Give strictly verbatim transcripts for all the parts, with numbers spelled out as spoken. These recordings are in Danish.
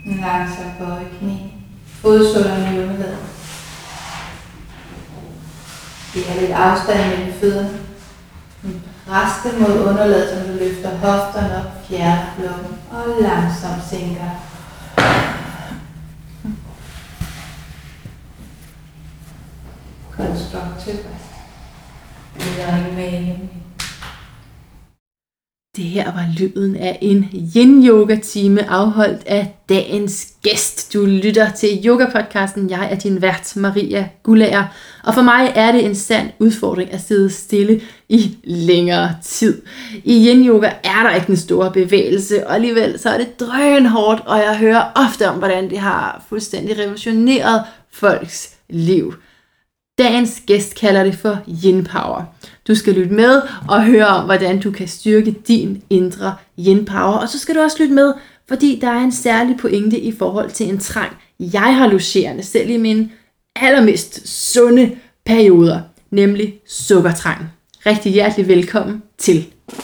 Langsomt bøje knæ. Fodsålerne i underlaget. Det er lidt afstand mellem fødderne. Pres det mod underlaget, som du løfter hofterne op, fjerner blokken og langsomt sænker. Constructive. Learning med. Det her var lyden af en yin-yoga-time afholdt af dagens gæst. Du lytter til yoga-podcasten. Jeg er din vært, Maria Guldager. Og for mig er det en sand udfordring at sidde stille i længere tid. I yin-yoga er der ikke den store bevægelse, og alligevel så er det drønhårdt, og jeg hører ofte om, hvordan det har fuldstændig revolutioneret folks liv. Dagens gæst kalder det for Yin Power. Du skal lytte med og høre om, hvordan du kan styrke din indre Yin Power. Og så skal du også lytte med, fordi der er en særlig pointe i forhold til en trang, jeg har logerende selv i mine allermest sunde perioder, nemlig sukkertrang. Rigtig hjertelig velkommen til.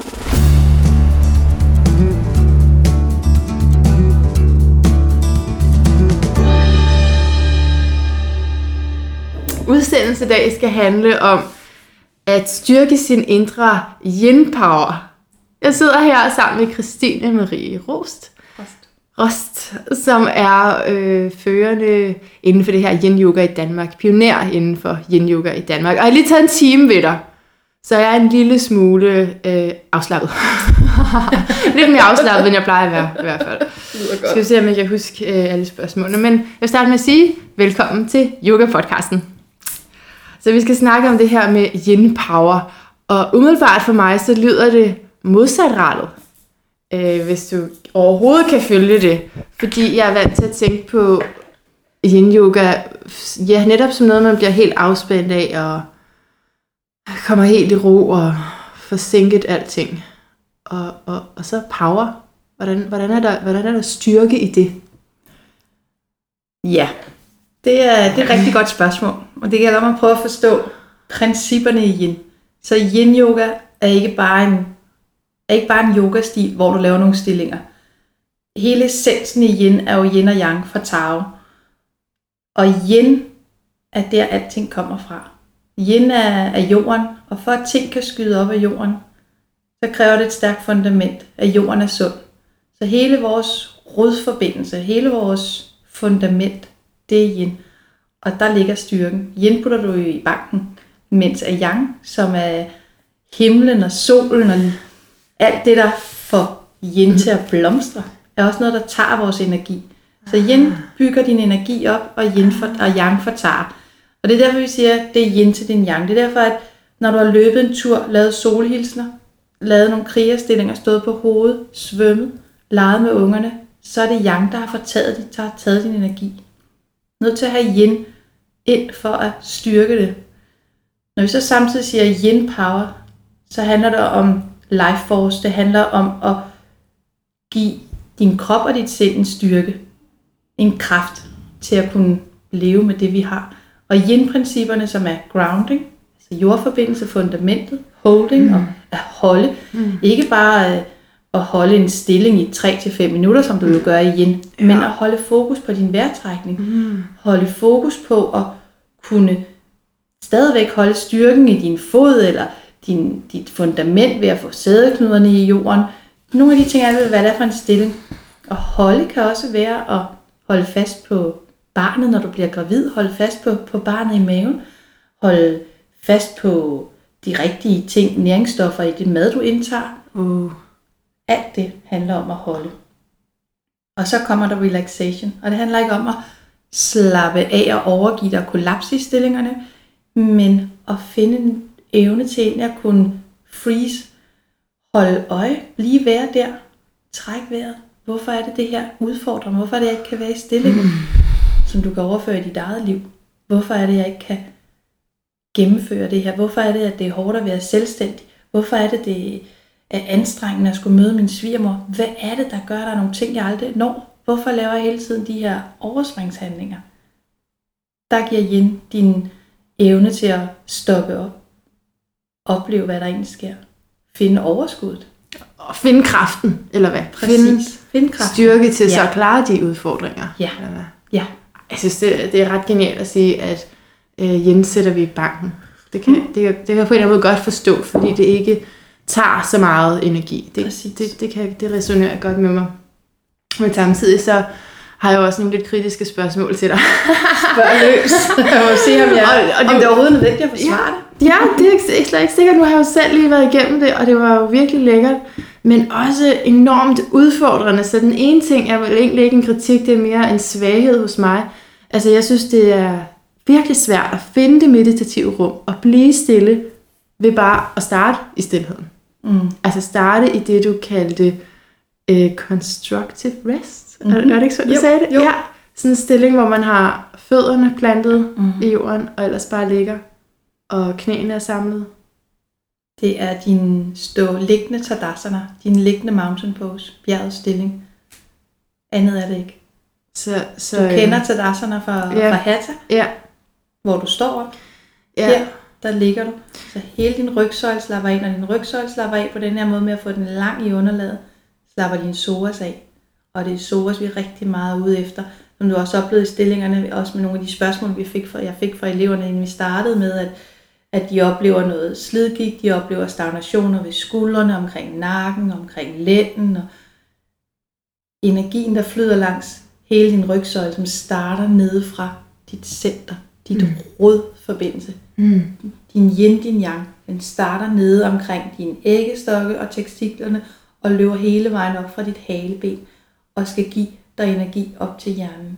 Udsendelsen i dag skal handle om at styrke sin indre yin power. Jeg sidder her sammen med Christine Marie Rost, Rost. Rost som er øh, førende inden for det her yin yoga i Danmark, pioner inden for yin yoga i Danmark. Og jeg har lige taget en time ved dig, så jeg er en lille smule øh, afslappet. Lidt mere afslappet, end jeg plejer at være i hvert fald. Skal vi se, om jeg kan huske øh, alle spørgsmålene. Men jeg vil starte med at sige velkommen til yoga-podcasten. Så vi skal snakke om det her med yin power, og umiddelbart for mig, så lyder det modsatrettet, øh, hvis du overhovedet kan følge det, fordi jeg er vant til at tænke på yin yoga, ja, netop som noget, man bliver helt afspændt af, og kommer helt i ro, og får sænket alting, og, og, og så power, hvordan, hvordan, er der, hvordan er der styrke i det? Ja, det er, det er et rigtig godt spørgsmål, og det gælder om at prøve at forstå principperne i yin. Så yin yoga er ikke bare en, er ikke bare en yogastil, hvor du laver nogle stillinger. Hele essensen i yin er jo yin og yang fra Tao. Og yin er der, alting kommer fra. Yin er, er jorden, og for at ting kan skyde op af jorden, så kræver det et stærkt fundament, at jorden er sund. Så hele vores rodforbindelse, hele vores fundament, det er yin. Og der ligger styrken. Yin putter du i banken, mens er yang, som er himlen og solen og alt det, der får yin til at blomstre, er også noget, der tager vores energi. Så yin bygger din energi op, og, yin for, og yang fortager. Og det er derfor, vi siger, at det er yin til din yang. Det er derfor, at når du har løbet en tur, lavet solhilsner, lavet nogle krigerstillinger, stået på hovedet, svømmet, leget med ungerne, så er det yang, der har fortaget det, der har taget din energi. Nødt til at have yin ind for at styrke det. Når vi så samtidig siger yin power, så handler det om life force. Det handler om at give din krop og dit sind en styrke, en kraft til at kunne leve med det vi har. Og yin-principperne, som er grounding, altså jordforbindelse, fundamentet, holding mm. og at holde. Mm. Ikke bare at holde en stilling i tre til fem minutter, som du vil gøre i yin, ja. Men at holde fokus på din vejrtrækning. Mm. Holde fokus på at kunne stadigvæk holde styrken i din fod, eller din, dit fundament ved at få sædeknuderne i jorden. Nogle af de ting er, hvad det er for en stilling. Og holde kan også være at holde fast på barnet, når du bliver gravid. Holde fast på, på barnet i maven. Holde fast på de rigtige ting, næringsstoffer i det mad, du indtager. Uh. Alt det handler om at holde. Og så kommer der relaxation. Og det handler ikke om at slappe af og overgive dig kollapse i stillingerne, men at finde en evne til at kunne freeze, holde øje, blive være der, træk vejret. Hvorfor er det det her udfordrer mig? Hvorfor er det, jeg ikke kan være i stillingen, mm. som du kan overføre i dit eget liv? Hvorfor er det, jeg ikke kan gennemføre det her? Hvorfor er det, at det er hårdt at være selvstændig? Hvorfor er det, det er anstrengende at skulle møde min svigermor? Hvad er det, der gør, at der er nogle ting, jeg aldrig når? Hvorfor laver jeg hele tiden de her overspringshandlinger? Der giver yin din evne til at stoppe op. Opleve, hvad der egentlig sker. Finde overskuddet. at finde kraften, eller hvad? Præcis. Finde, Find kraften. styrke til Ja. så at klare de udfordringer. Ja. Eller hvad? Ja. Jeg synes, det, det er ret genialt at sige, at øh, Yin sætter vi i banken. Det kan, mm. det, kan, det kan jeg på en eller anden måde godt forstå, fordi det ikke tager så meget energi. Det, det, det, kan, det resonerer godt med mig. Men samtidig så har jeg jo også nogle lidt kritiske spørgsmål til dig. Spørg løs. Jeg må se, om, jeg, og, og det, om det er overhovedet nødvendigt at forsvare det. Ja, det er ikke, slet ikke sikkert. Nu har jeg jo selv lige været igennem det, og det var jo virkelig lækkert. Men også enormt udfordrende. Så den ene ting er vel egentlig ikke en kritik, det er mere en svaghed hos mig. Altså jeg synes, det er virkelig svært at finde det meditative rum og blive stille ved bare at starte i stilheden. Mm. Altså starte i det, du kaldte uh, constructive rest. Mm-hmm. Er, er det ikke sådan, du jo, sagde det? Jo. Ja. Sådan en stilling, hvor man har fødderne plantet mm-hmm. i jorden, og ellers bare ligger, og knæene er samlet. Det er din stå liggende tadasana, din liggende mountain pose, bjergets stilling. Andet er det ikke. Så, så, du kender tadasana fra, ja. fra hatha, ja. hvor du står op. Ja. Her, der ligger du. Så hele din rygsøjle slapper ind, og din rygsøjle slapper af på den her måde med at få den lang i underlaget, slapper din psoas af. Og det er psoas, vi er rigtig meget ude efter. Som du også oplevede i stillingerne, også med nogle af de spørgsmål, vi fik fra, jeg fik fra eleverne, inden vi startede med, at, at de oplever noget slidgigt, de oplever stagnationer ved skuldrene, omkring nakken, omkring lænden, og energien, der flyder langs hele din rygsøjle, som starter nede fra dit center, dit mm. rodforbindelse. Mm. Din yin, din yang, den starter nede omkring dine æggestokke og testiklerne, og løber hele vejen op fra dit haleben, og skal give dig energi op til hjernen.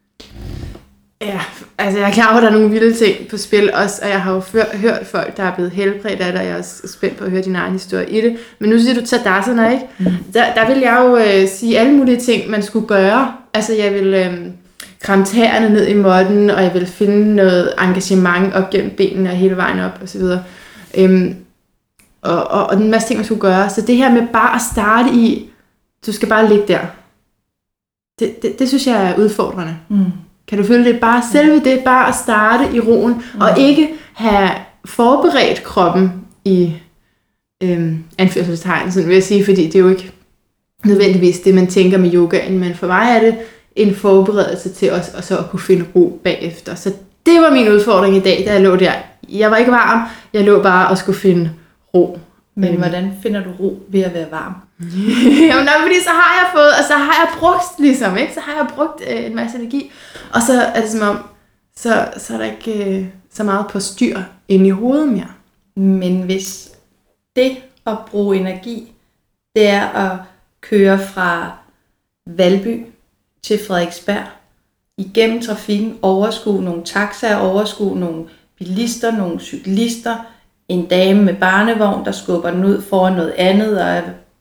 Ja, altså jeg er klar over, at der er nogle vilde ting på spil også, og jeg har jo før, hørt folk, der er blevet helbredt af det, og jeg er også spændt på at høre din egen historie i det. Men nu siger du tadasana, ikke? Mm. Der, der vil jeg jo øh, sige alle mulige ting, man skulle gøre. Altså jeg vil øh, kramme tæerne ned i måtten, og jeg vil finde noget engagement op gennem benene og hele vejen op, og så videre. Øhm, og, og, og en masse ting, man skulle gøre. Så det her med bare at starte i, du skal bare ligge der. Det, det, det synes jeg er udfordrende. Mm. Kan du føle det? Bare selve det, bare at starte i roen, mm. og ikke have forberedt kroppen i øhm, anførselstegn, sådan vil jeg sige, fordi det er jo ikke nødvendigvis det, man tænker med yogaen, men for mig er det en forberedelse til os, og så at kunne finde ro bagefter. Så det var min udfordring i dag, da jeg lå der. Jeg var ikke varm, jeg lå bare og skulle finde ro. Men øhm. hvordan finder du ro ved at være varm? Jamen nej, fordi så har jeg fået, og så har jeg brugt ligesom, ikke? Så har jeg brugt øh, en masse energi, og så er det som om, så, så er der ikke øh, så meget på styr inde i hovedet mere. Men hvis det at bruge energi, det er at køre fra Valby til Frederiksberg, igennem trafikken, overskue nogle taxaer, overskue nogle bilister, nogle cyklister, en dame med barnevogn, der skubber den ud foran noget andet, og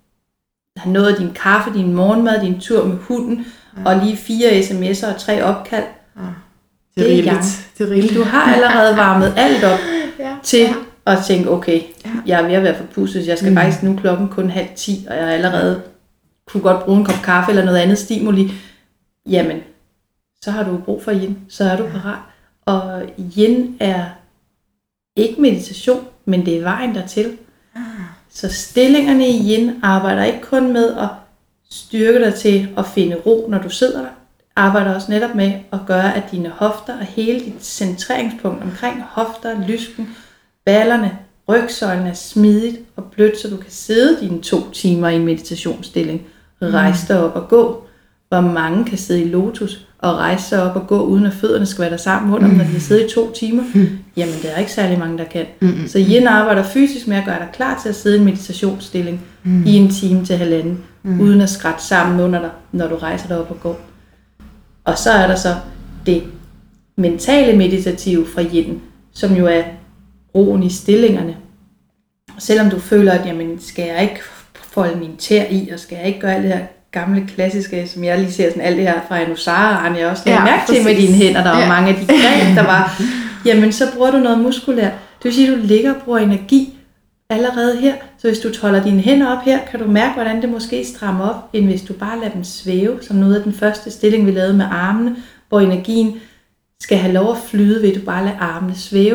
har nået din kaffe, din morgenmad, din tur med hunden, ja. Og lige fire sms'er og tre opkald. Ja. Det er, det er rigeligt. Det er rigeligt. Du har allerede varmet alt op ja. til ja. at tænke, okay, ja. jeg er ved at være forpustet, jeg skal mm. faktisk nu klokken kun halv ti, og jeg allerede kunne godt bruge en kop kaffe eller noget andet stimuli. Jamen, så har du brug for yin, så er du parat. Og yin er ikke meditation, men det er vejen dertil. Så stillingerne i yin arbejder ikke kun med at styrke dig til at finde ro, når du sidder der. Arbejder også netop med at gøre, at dine hofter og hele dit centreringspunkt omkring hofter, lysken, ballerne, rygsøjlen er smidigt og blødt, så du kan sidde dine to timer i en meditationsstilling, rejse dig op og gå. Hvor mange kan sidde i lotus og rejse sig op og gå, uden at fødderne skal være der sammen under, mm. når de har siddet i to timer? Mm. Jamen, det er ikke særlig mange, der kan. Mm. Så yin arbejder fysisk med at gøre dig klar til at sidde i en meditationsstilling mm. i en time til halvanden, mm. uden at skrætte sammen under dig, når du rejser dig op og går. Og så er der så det mentale meditative fra yin, som jo er roen i stillingerne. Selvom du føler, at jamen, skal jeg ikke folde min tær i, og skal jeg ikke gøre alt det her gamle klassiske, som jeg lige ser sådan alt det her fra Anusara, jeg også lagde ja, mærke til med dine hænder, der var ja. mange af de greb, der var, jamen så bruger du noget muskulært. Det vil sige, at du ligger og bruger energi allerede her, så hvis du holder dine hænder op her, kan du mærke, hvordan det måske strammer op, end hvis du bare lader dem svæve, som noget af den første stilling, vi lavede med armene, hvor energien skal have lov at flyde, ved at du bare lader armene svæve,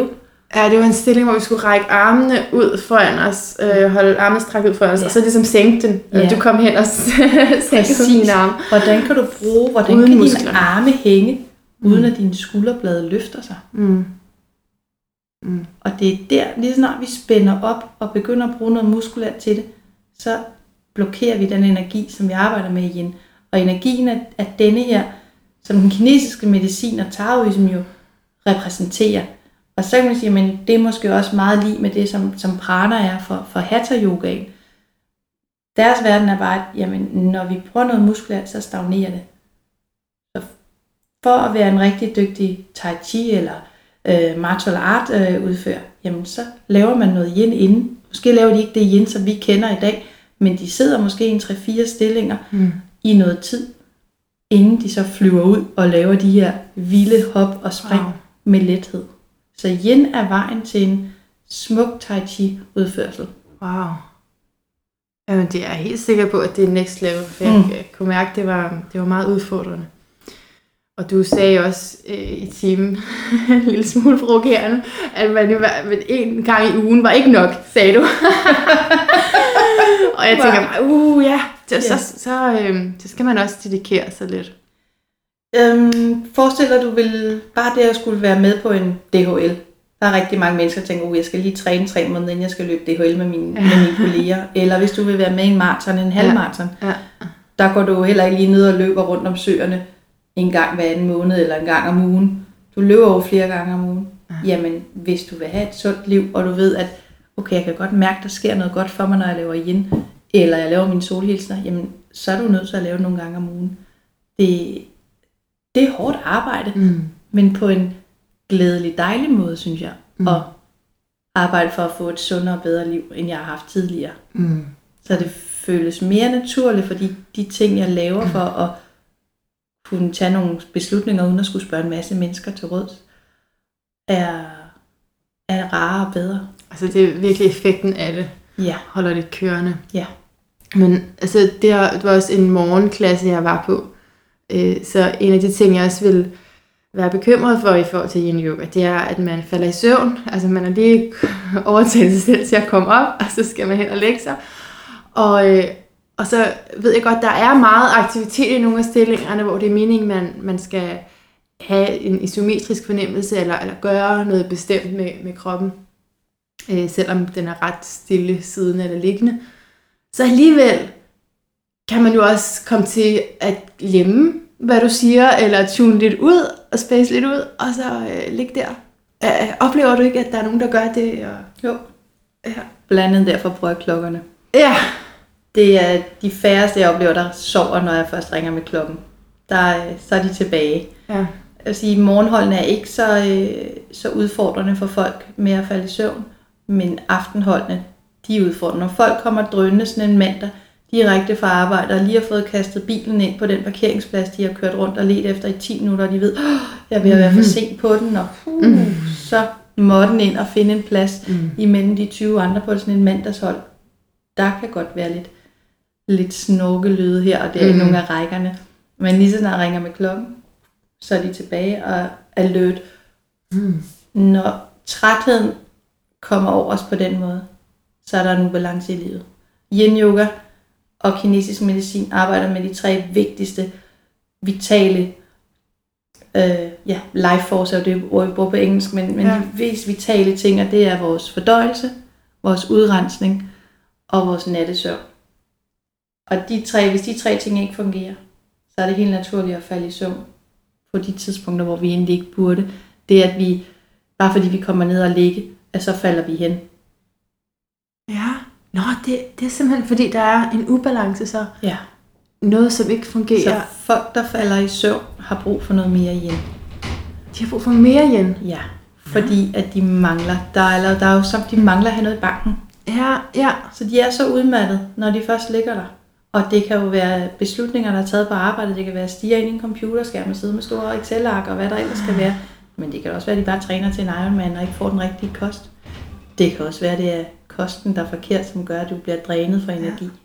Ja, det var en stilling, hvor vi skulle række armene ud foran os, øh, holde armene strakt ud foran os, ja. Og så ligesom sænke den. Ja. Du kom hen og sænkede dine arme. Hvordan kan du bruge, hvordan uden kan muskler. Dine arme hænge, uden mm. at dine skulderblade løfter sig? Mm. Mm. Og det er der, lige snart vi spænder op og begynder at bruge noget muskulært til det, så blokerer vi den energi, som vi arbejder med igen. Og energien af, af denne her, som den kinesiske medicin og taoism jo repræsenterer. Og så kan man sige, men det er måske også meget lige med det, som, som prana er for, for hatha-yogaen. Deres verden er bare, at jamen, når vi bruger noget muskulært, så stagnerer det. Så for at være en rigtig dygtig tai chi eller øh, martial art øh, udfører, jamen så laver man noget yin inden. Måske laver de ikke det yin, som vi kender i dag, men de sidder måske i en tre fire stillinger mm. i noget tid, inden de så flyver ud og laver de her vilde hop og spring wow. med lethed. Så yin er vejen til en smuk tai chi udførsel. Wow. Jamen, det er jeg helt sikker på, at det er next level. For mm. jeg kunne mærke, at det var, det var meget udfordrende. Og du sagde også øh, i timen, en lille smule provokerende, at man jo var, en gang i ugen var ikke nok, sagde du. Og jeg tænker bare, uh ja, så, så, så, øh, så skal man også dedikere sig lidt. Øhm, forestil dig, du vil bare det at skulle være med på en D H L. Der er rigtig mange mennesker, der tænker, at uh, jeg skal lige træne tre måneder, inden jeg skal løbe D H L med mine, ja. med mine kolleger. Eller hvis du vil være med i en maraton, en halvmaraton, ja. Ja. Der går du heller ikke lige ned og løber rundt om søerne en gang hver anden måned eller en gang om ugen. Du løber over flere gange om ugen. Ja. Jamen, hvis du vil have et sundt liv, og du ved, at okay, jeg kan godt mærke, der sker noget godt for mig, når jeg laver yin, eller jeg laver mine solhilsner, jamen, så er du nødt til at lave det nogle gange om ugen. Det, det er hårdt arbejde, mm. men på en glædelig, dejlig måde, synes jeg, mm. at arbejde for at få et sundere og bedre liv, end jeg har haft tidligere. Mm. Så det føles mere naturligt, fordi de ting, jeg laver for at kunne tage nogle beslutninger, uden at skulle spørge en masse mennesker til råds, er, er rarere og bedre. Altså det er virkelig effekten af det, ja. Holder det kørende. Ja. Men altså, det var også en morgenklasse, jeg var på. Så en af de ting, jeg også vil være bekymret for i forhold til yin yoga, det er, at man falder i søvn. Altså man er lige overtalt sig selv til at komme op, og så skal man hen og lægge sig. Og, øh, og så ved jeg godt, der er meget aktivitet i nogle af stillingerne, hvor det er meningen, man, man skal have en isometrisk fornemmelse, eller, eller gøre noget bestemt med, med kroppen, øh, selvom den er ret stille siden eller liggende. Så alligevel kan man jo også komme til at glemme, hvad du siger, eller tune lidt ud, og space lidt ud, og så øh, ligge der. Øh, oplever du ikke, at der er nogen, der gør det? Og... Jo. Ja. Blandt andet derfor bruger jeg klokkerne. Ja. Det er de færreste, jeg oplever, der sover, når jeg først ringer med klokken. Der, så er de tilbage. Ja. Jeg vil sige, morgenholdene er ikke så, øh, så udfordrende for folk med at falde i søvn, men aftenholdene, de er udfordrende. Når folk kommer drønende sådan en mandag, direkte fra arbejde, og lige har fået kastet bilen ind på den parkeringsplads, de har kørt rundt og let efter i ti minutter, og de ved, oh, jeg vil være for sent på den, og uh, mm. så må den ind og finde en plads mm. imellem de tyve andre på sådan en mandagshold. Der kan godt være lidt, lidt snorkelyde her og der mm. i nogle af rækkerne, men lige så snart ringer med klokken, så er de tilbage og alert. Mm. Når trætheden kommer over os på den måde, så er der en ubalance i livet. Yin yoga og kinesisk medicin arbejder med de tre vigtigste vitale øh, ja, life force, er jo det ord, vi bruger på engelsk, men, men ja. de mest vitale ting, og det er vores fordøjelse, vores udrensning og vores nattesøvn. Og de tre, hvis de tre ting ikke fungerer, så er det helt naturligt at falde i søvn på de tidspunkter, hvor vi egentlig ikke burde. Det er, at vi, bare fordi vi kommer ned og ligge, at så falder vi hen. Ja. Nå, det, det er simpelthen fordi, der er en ubalance, så ja. Noget, som ikke fungerer. Så folk, der falder i søvn, har brug for noget mere yin. De har brug for mere yin? Ja, fordi at de mangler, der er, eller, der er jo som, de mangler at have noget i banken. Ja, ja. Så de er så udmattet, når de først ligger der. Og det kan jo være beslutninger, der er taget på arbejde. Det kan være at stige ind i en computerskærm og sidde med store Excel-ark og hvad der ellers skal være. Men det kan også være, at de bare træner til en Ironman og ikke får den rigtige kost. Det kan også være, at det er kosten, der er forkert, som gør, at du bliver drænet for energi. Ja.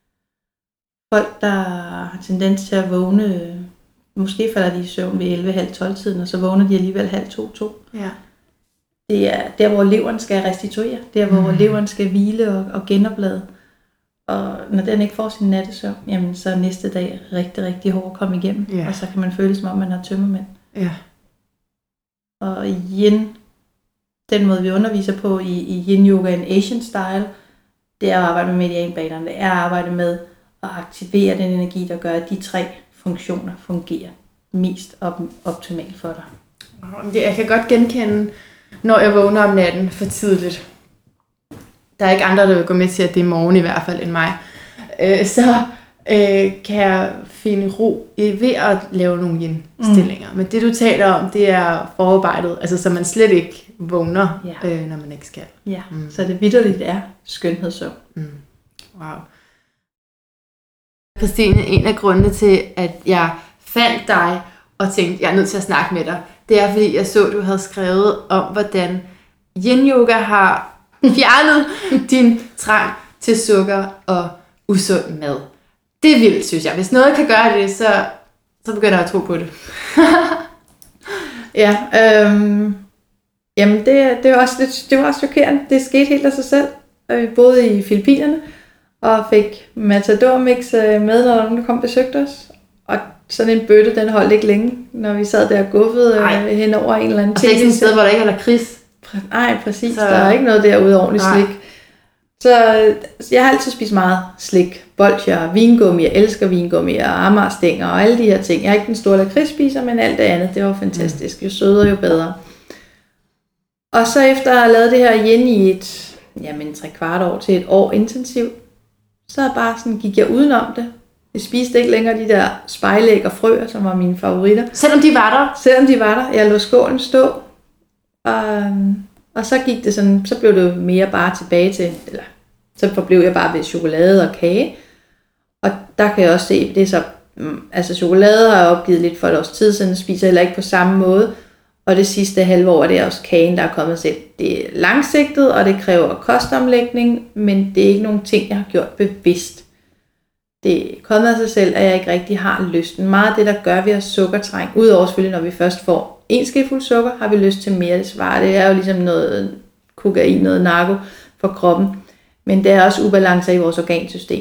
Folk, der har tendens til at vågne, måske falder de i søvn ved elleve halv tolv tiden, og så vågner de alligevel halv to to. Ja. det er der, hvor leveren skal restituere. Der, hvor mm. leveren skal hvile og, og genoplade. Og når den ikke får sin nattesøvn, jamen så er næste dag rigtig, rigtig hård at komme igennem. Yeah. Og så kan man føle, som om man har tømmermænd. Yeah. Og yin, den måde vi underviser på i, i yin yoga en Asian style, det er at arbejde med medianbanerne. Det er at arbejde med at aktivere den energi, der gør, at de tre funktioner fungerer mest op- optimalt for dig. Jeg kan godt genkende, når jeg vågner om natten for tidligt. Der er ikke andre, der vil gå med til, at det er morgen i hvert fald, end mig. Øh, så øh, kan jeg finde ro ved at lave nogle yin-stillinger. Mm. Men det, du taler om, det er forarbejdet, altså så man slet ikke vågner, ja. øh, når man ikke skal. Ja, mm. så det vitterligt er skønhedssøvn. Mm. Wow. Christine, en af grundene til, at jeg fandt dig og tænkte, jeg er nødt til at snakke med dig, det er, fordi jeg så, du havde skrevet om, hvordan yin-yoga har fjernet din trang til sukker og usund mad. Det er vildt, synes jeg. Hvis noget kan gøre det, så, så begynder jeg at tro på det. ja, øhm, jamen det, det, var også lidt, det var også chokerende. Det skete helt af sig selv. Vi boede i Filippinerne og fik Matador Mix med, når nogen kom og besøgte os. Og sådan en bøtte, den holdt ikke længe, når vi sad der og guffede øh, hen over en eller anden ting. Og det er ikke sådan et sted, hvor der ikke er lakrids. Nej, præcis. Så... Der er ikke noget der ude ordentligt slik. Så jeg har altid spist meget slik. Bolsjer, vingummi, jeg elsker vingummi og amarstænger og alle de her ting. Jeg er ikke den store lakridsspiser, men alt det andet, det var fantastisk. Jo sødere, jo bedre. Og så efter at have lavet det her yin i et, jamen tre kvart år til et år intensivt, så bare sådan gik jeg udenom det. Jeg spiste ikke længere de der spejlæg og frøer, som var mine favoritter. Selvom de var der? Selvom de var der. Jeg lå skålen stå. Og, og så gik det sådan, så blev det mere bare tilbage til, eller så forblev jeg bare ved chokolade og kage. Og der kan jeg også se, det er så, altså chokolade har jeg opgivet lidt for et års tid siden, spiser heller ikke på samme måde. Og det sidste halve år, det er også kagen, der er kommet selv. Det er langsigtet, og det kræver kostomlægning, men det er ikke nogen ting, jeg har gjort bevidst. Det er kommet af sig selv, at jeg ikke rigtig har lysten. Meget af det, der gør, vi har sukkertræng, udover selvfølgelig, når vi først får en skefuld sukker, har vi lyst til mere. Det svarer, det er jo ligesom noget kokain, noget narko for kroppen. Men det er også ubalancer i vores organsystem.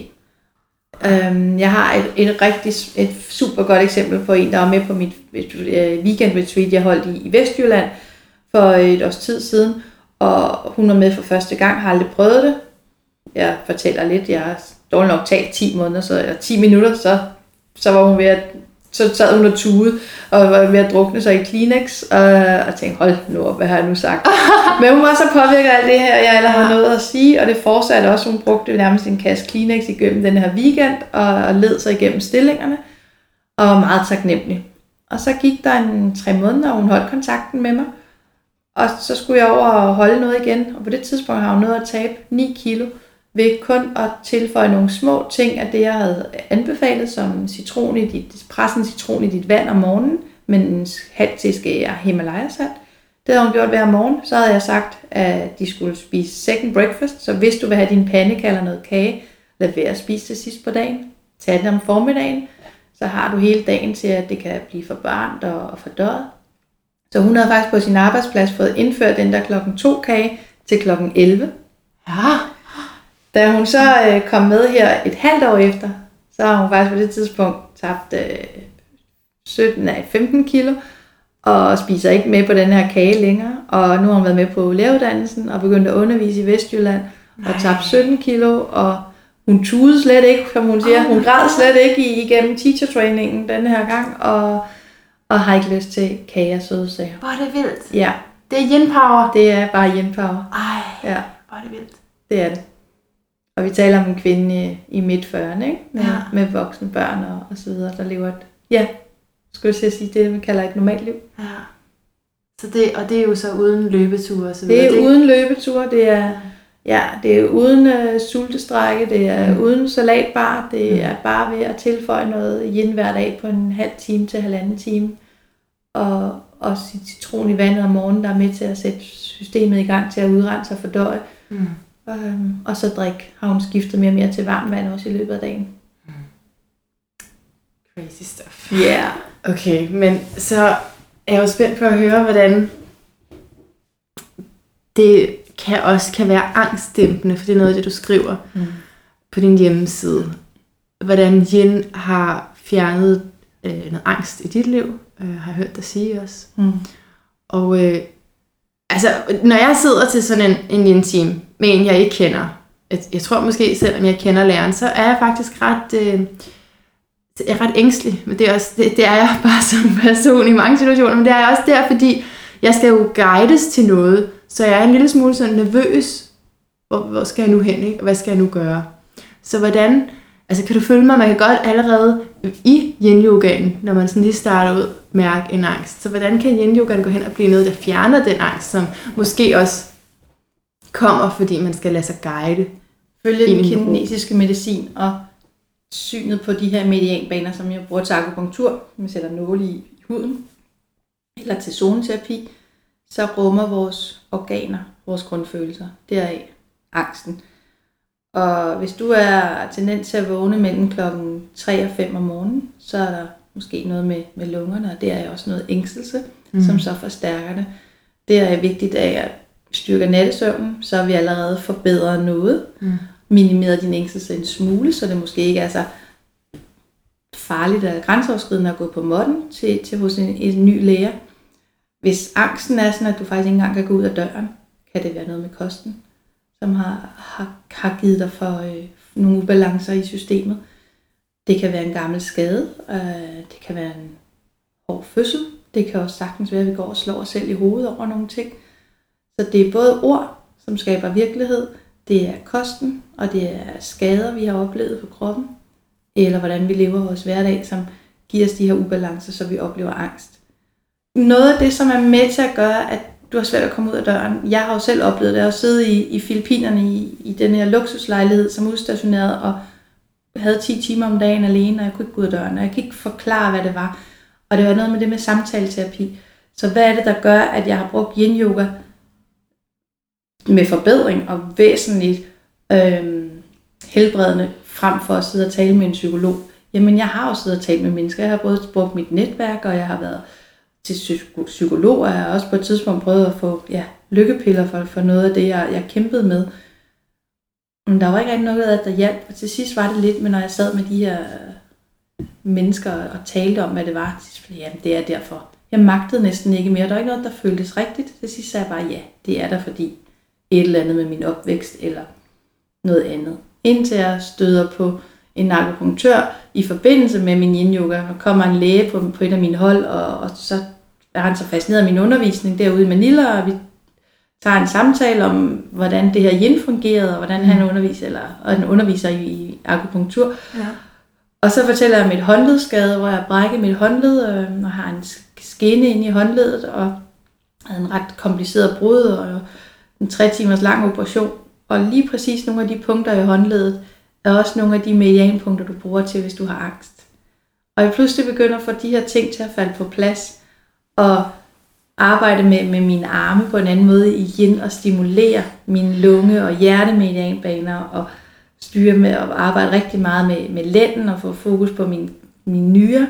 Jeg har et, et rigtig, et super godt eksempel på en, der var med på mit weekend retreat, jeg holdt i, i Vestjylland for et års tid siden. Og hun var med for første gang, har aldrig prøvet det. Jeg fortæller lidt, jeg har dårligt nok talt ti måneder, så eller ti minutter, så, så var hun ved at, så sad hun og tude, og var ved at drukne sig i Kleenex, og, og tænkte, hold nu op, hvad har jeg nu sagt? Men hun var så påvirket af alt det her, jeg allerede har noget at sige, og det fortsatte også, hun brugte nærmest en kasse Kleenex igennem den her weekend, og, og led sig igennem stillingerne, og var meget taknemmelig. Og så gik der en tre måneder, og hun holdt kontakten med mig, og så skulle jeg over og holde noget igen, og på det tidspunkt har hun noget at tabe ni kilo, ved kun at tilføje nogle små ting af det, jeg havde anbefalet, som citron i dit, presse en citron i dit vand om morgenen, med en halv teske Himalaya-salt. Det havde hun gjort hver morgen. Så havde jeg sagt, at de skulle spise second breakfast, så hvis du vil have din pandekage eller noget kage, lad være at spise det sidst på dagen. Tag den om formiddagen, så har du hele dagen til, at det kan blive for varmt og fordøjet. Så hun havde faktisk på sin arbejdsplads fået indført den der klokken to kage til klokken elleve. Ja. Da hun så øh, kom med her et halvt år efter, så har hun faktisk på det tidspunkt tabt øh, sytten af femten kilo, og spiser ikke med på den her kage længere. Og nu har hun været med på læreruddannelsen og begyndt at undervise i Vestjylland, og tabt sytten kilo, og hun tudede slet ikke, som hun siger. Hun græd slet ikke igennem teacher-trainingen den her gang, og, og har ikke lyst til kage og søde sager. Hvor er det vildt. Ja. Det er yin-power. Det er bare yin-power. Ej, ja. hvor er det vildt. Det er det. Og vi taler om en kvinde i, i midt fyrrerne, ikke? Med, ja. med voksne børn og, og så videre, der lever et, ja, skulle jeg sige, det man kalder et normalt liv. Ja. Så det, og det er jo så uden løbeture og så videre. Det er det... uden løbeture, det er, ja, det er uden uh, sultestrække, det er mm. uden salatbar, det mm. er bare ved at tilføje noget yin hver dag på en halv time til halvanden time. Og, og citron i vandet om morgenen, der er med til at sætte systemet i gang til at udrense og fordøje. Mm. Um, og så drik har hun skiftet mere og mere til varmt vand også i løbet af dagen. Mm. Crazy stuff. Ja. Yeah. Okay, men så er jeg jo spændt på at høre, hvordan det kan også kan være angstdæmpende, for det er noget af det, du skriver mm. på din hjemmeside. Hvordan yin har fjernet øh, noget angst i dit liv, øh, har jeg hørt dig sige også. Mm. Og øh, altså, når jeg sidder til sådan en, en yin-team med en, jeg ikke kender, jeg, jeg tror måske, selvom jeg kender læreren, så er jeg faktisk ret, øh, jeg er ret ængstelig. Men det er, også, det, det er jeg bare som person i mange situationer, men det er jeg også der, fordi jeg skal jo guides til noget, så jeg er en lille smule sådan nervøs. Hvor, hvor skal jeg nu hen, ikke? Og hvad skal jeg nu gøre? Så hvordan, altså kan du følge mig, man kan godt allerede i yin-yogaen, når man sådan lige starter ud, mærke en angst. Så hvordan kan yin-yogaen gå hen og blive noget, der fjerner den angst, som måske også kommer, fordi man skal lade sig guide? Følge den kinesiske medicin og synet på de her medianbaner, som jeg bruger til akupunktur, man sætter nåle i huden, eller til zoneterapi, så rummer vores organer, vores grundfølelser, deraf angsten. Og hvis du er tendens til at vågne mellem klokken tre og fem om morgenen, så er der måske noget med, med lungerne, og det er også noget ængstelse, mm. som så forstærker det. Det er vigtigt, at jeg styrker nattesøvnen, så har vi allerede forbedret noget, mm. minimeret din ængstelse en smule, så det måske ikke er så farligt eller grænseoverskridende at gå på måtten til, til hos en, en ny læge. Hvis angsten er sådan, at du faktisk ikke engang kan gå ud af døren, kan det være noget med kosten, som har, har, har givet dig for øh, nogle ubalancer i systemet. Det kan være en gammel skade, øh, det kan være en hård fødsel, det kan også sagtens være, at vi går og slår os selv i hovedet over nogle ting. Så det er både ord, som skaber virkelighed, det er kosten, og det er skader, vi har oplevet på kroppen, eller hvordan vi lever vores hverdag, som giver os de her ubalancer, så vi oplever angst. Noget af det, som er med til at gøre, at du har svært at komme ud af døren. Jeg har jo selv oplevet det, at sidde i, i Filippinerne i, i den her luksuslejlighed som udstationeret, og havde ti timer om dagen alene, og jeg kunne ikke gå ud af døren, og jeg kunne ikke forklare, hvad det var. Og det var noget med det med samtaleterapi. Så hvad er det, der gør, at jeg har brugt yin-yoga med forbedring og væsentligt øh, helbredende, frem for at sidde og tale med en psykolog? Jamen, jeg har jo siddet og talt med mennesker. Jeg har både brugt mit netværk, og jeg har været til psykologer. Jeg har også på et tidspunkt prøvet at få ja, lykkepiller for, for noget af det, jeg, jeg kæmpede med. Men der var ikke rigtig noget af det, der hjalp. Og til sidst var det lidt, men når jeg sad med de her mennesker og talte om, hvad det var, så sagde jeg, jamen det er derfor. Jeg magtede næsten ikke mere. Der var ikke noget, der føltes rigtigt. Til sidst sagde jeg bare, ja, det er der, fordi et eller andet med min opvækst, eller noget andet. Indtil jeg støder på en akupunktør i forbindelse med min yin-yoga. Der kommer en læge på, på et af mine hold, og, og så er han så fascineret af min undervisning derude i Manila, og vi tager en samtale om, hvordan det her yin fungerede, og hvordan han underviser, eller, og han underviser i, i akupunktur. Ja. Og så fortæller jeg om et håndledsskade, hvor jeg brækker mit håndled, øh, og har en skinne inde i håndledet, og havde en ret kompliceret brud, og en tre timers lang operation. Og lige præcis nogle af de punkter i håndledet, er også nogle af de medianpunkter, du bruger til, hvis du har angst. Og jeg pludselig begynder at få de her ting til at falde på plads, og arbejde med, med mine arme på en anden måde i yin, og stimulere mine lunge- og hjertemedianbaner, og styre med at arbejde rigtig meget med, med lænden, og få fokus på min, mine nyrer.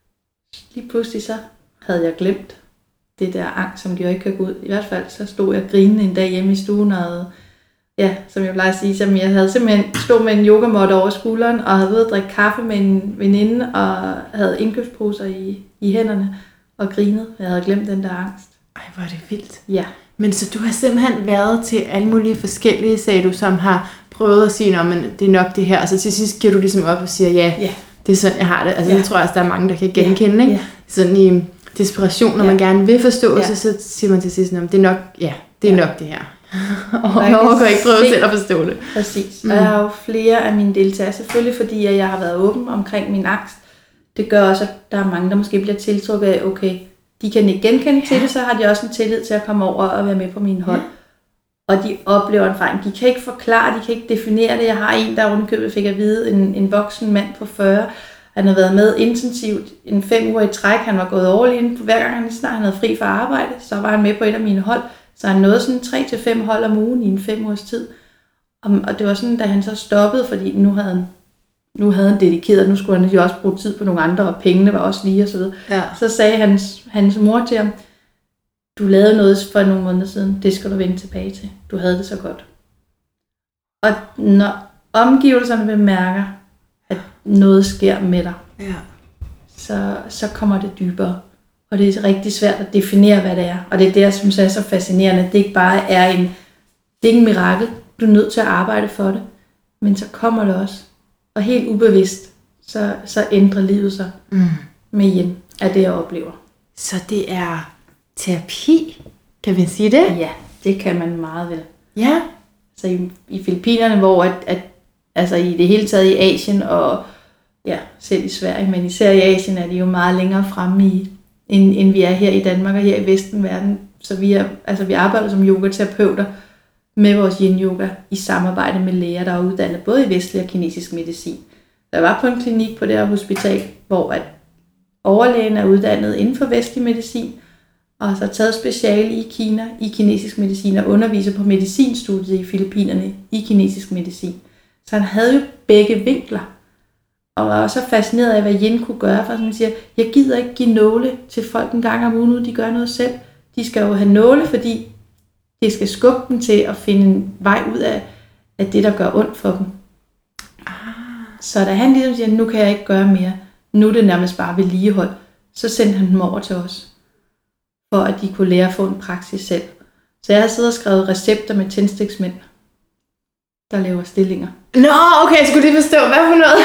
Lige pludselig så havde jeg glemt det der angst, som de jo ikke kan gå ud. I hvert fald så stod jeg grinende en dag hjemme i stuen, og ja, som jeg plejer at sige, som jeg havde simpelthen stået med en yogamåtte over skulderen, og havde været at drikke kaffe med en veninde, og havde indkøbsposer i, i hænderne, og grinet. Jeg havde glemt den der angst. Ej, hvor er det vildt. Ja. Men så du har simpelthen været til alle mulige forskellige, sagde du, som har prøvet at sige, men det er nok det her, og så til sidst giver du ligesom op og siger, ja, ja. Det er sådan, jeg har det. Altså, ja. Det tror jeg også, der er mange, der kan genkende, ja. Ikke? Ja. Sådan i desperation, når ja. Man gerne vil forstå, ja. så, så siger man til sidst, det er nok, ja, det er ja. Nok det her. Og jeg overgår ikke prøve selv at forstå det. Præcis. Mm. Og jeg har jo flere af mine deltagere, selvfølgelig fordi jeg har været åben omkring min angst. Det gør også, at der er mange, der måske bliver tiltrukket af, okay, de kan ikke genkende ja. Til det, så har de også en tillid til at komme over og være med på min hold. Ja. Og de oplever en fejl. De kan ikke forklare, de kan ikke definere det. Jeg har en, der rundkøbet fik at vide, en, en voksen mand på fyrre, han har været med intensivt en fem uger i træk. Han var gået all in. Hver gang han snart han havde fri fra arbejde, så var han med på et af mine hold. Så han nåede sådan tre til fem hold om ugen i en fem ugers tid. Og, og det var sådan, da han så stoppede, fordi nu havde han, nu havde han dedikeret, nu skulle han jo også bruge tid på nogle andre, og pengene var også lige og så videre. Ja. Så sagde hans, hans mor til ham, du lavede noget for nogle måneder siden, det skal du vende tilbage til. Du havde det så godt. Og når omgivelserne bemærker, at noget sker med dig, ja. så, så kommer det dybere. Og det er rigtig svært at definere, hvad det er. Og det er det, jeg synes er så fascinerende. Det ikke bare er en, det er ikke en mirakel. Du er nødt til at arbejde for det. Men så kommer det også. Og helt ubevidst, så, så ændrer livet sig mm. med hjem af det, jeg oplever. Så det er terapi, kan vi sige det? Ja, det kan man meget vel. Ja. Så i, i Filippinerne, hvor at, at, altså i det hele taget i Asien, og ja, selv i Sverige, men især i Asien er de jo meget længere fremme i, end, end vi er her i Danmark og her i Vesten verden. Så vi, er, altså vi arbejder som yogaterapeuter med vores yin-yoga i samarbejde med læger, der er uddannet både i vestlig og kinesisk medicin. Jeg var på en klinik på det her hospital, hvor at overlægen er uddannet inden for vestlig medicin, og så taget speciale i Kina i kinesisk medicin og underviser på medicinstudiet i Filippinerne i kinesisk medicin. Så han havde jo begge vinkler, og var også fascineret af, hvad yin kunne gøre, for som man siger, jeg gider ikke give nåle til folk en gang om ugen, nu de gør noget selv. De skal jo have nåle, fordi det skal skubbe dem til at finde en vej ud af, af det, der gør ondt for dem. Ah. Så da han ligesom siger, nu kan jeg ikke gøre mere, nu er det nærmest bare vedligehold, så sendte han dem over til os, for at de kunne lære at få en praksis selv. Så jeg har siddet og skrevet recepter med tændstiksmænd, der laver stillinger. Nå, okay, jeg skulle lige forstå, hvad for noget?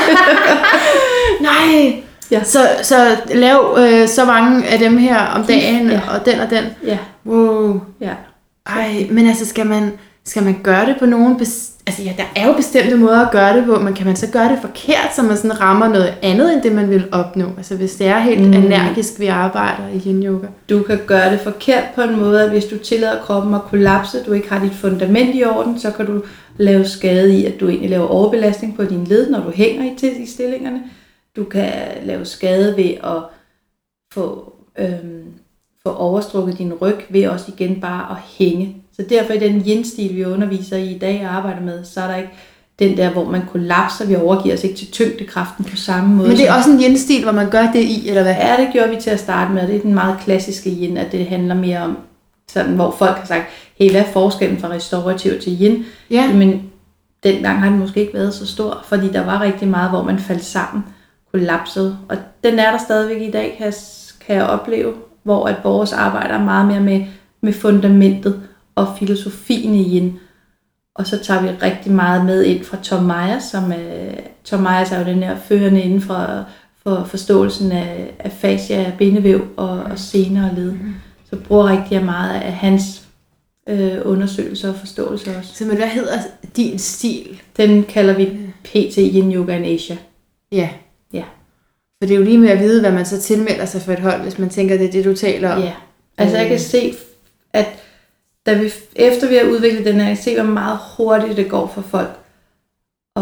Nej, ja. så, så lav øh, så mange af dem her om dagen, ja. Og den og den. Ja. Wow. Ja. Ej, men altså, skal man, skal man gøre det på nogen... Bes- altså, ja, der er jo bestemte måder at gøre det på, men kan man så gøre det forkert, så man sådan rammer noget andet, end det man vil opnå? Altså, hvis det er helt mm. energisk, vi arbejder i yin-yoga. Du kan gøre det forkert på en måde, at hvis du tillader kroppen at kollapse, du ikke har dit fundament i orden, så kan du lave skade i, at du egentlig laver overbelastning på din led, når du hænger i, til, i stillingerne. Du kan lave skade ved at få... Øhm, få overstrukket din ryg ved også igen bare at hænge. Så derfor i den yin-stil, vi underviser i i dag og arbejder med, så er der ikke den der, hvor man kollapser, vi overgiver os ikke til tyngdekraften på samme måde. Men det er også en yin-stil, hvor man gør det i, eller hvad? Ja, det gjorde vi til at starte med. Det er den meget klassiske yin, at det handler mere om, sådan, hvor folk har sagt, hey, hvad er forskellen fra restaurativ til yin? Ja. Men dengang har den måske ikke været så stor, fordi der var rigtig meget, hvor man faldt sammen, kollapsede. Og den er der stadigvæk i dag, kan jeg, kan jeg opleve, hvor at vores arbejde er meget mere med, med fundamentet og filosofien i yin. Og så tager vi rigtig meget med ind fra Tom Myers, som er, Tom Myers er jo den her førende inden for, for forståelsen af, af fascia, bindevæv og, og sener og led. Mm. Så bruger rigtig meget af hans øh, undersøgelser og forståelse også. Så men hvad hedder din stil? Den kalder vi P T Yin Yoga in Asia. Ja. Ja. For det er jo lige med at vide, hvad man så tilmelder sig for et hold, hvis man tænker, det er det, du taler om. Ja, altså jeg kan se, at da vi, efter vi har udviklet den her, jeg kan se, hvor meget hurtigt det går for folk at,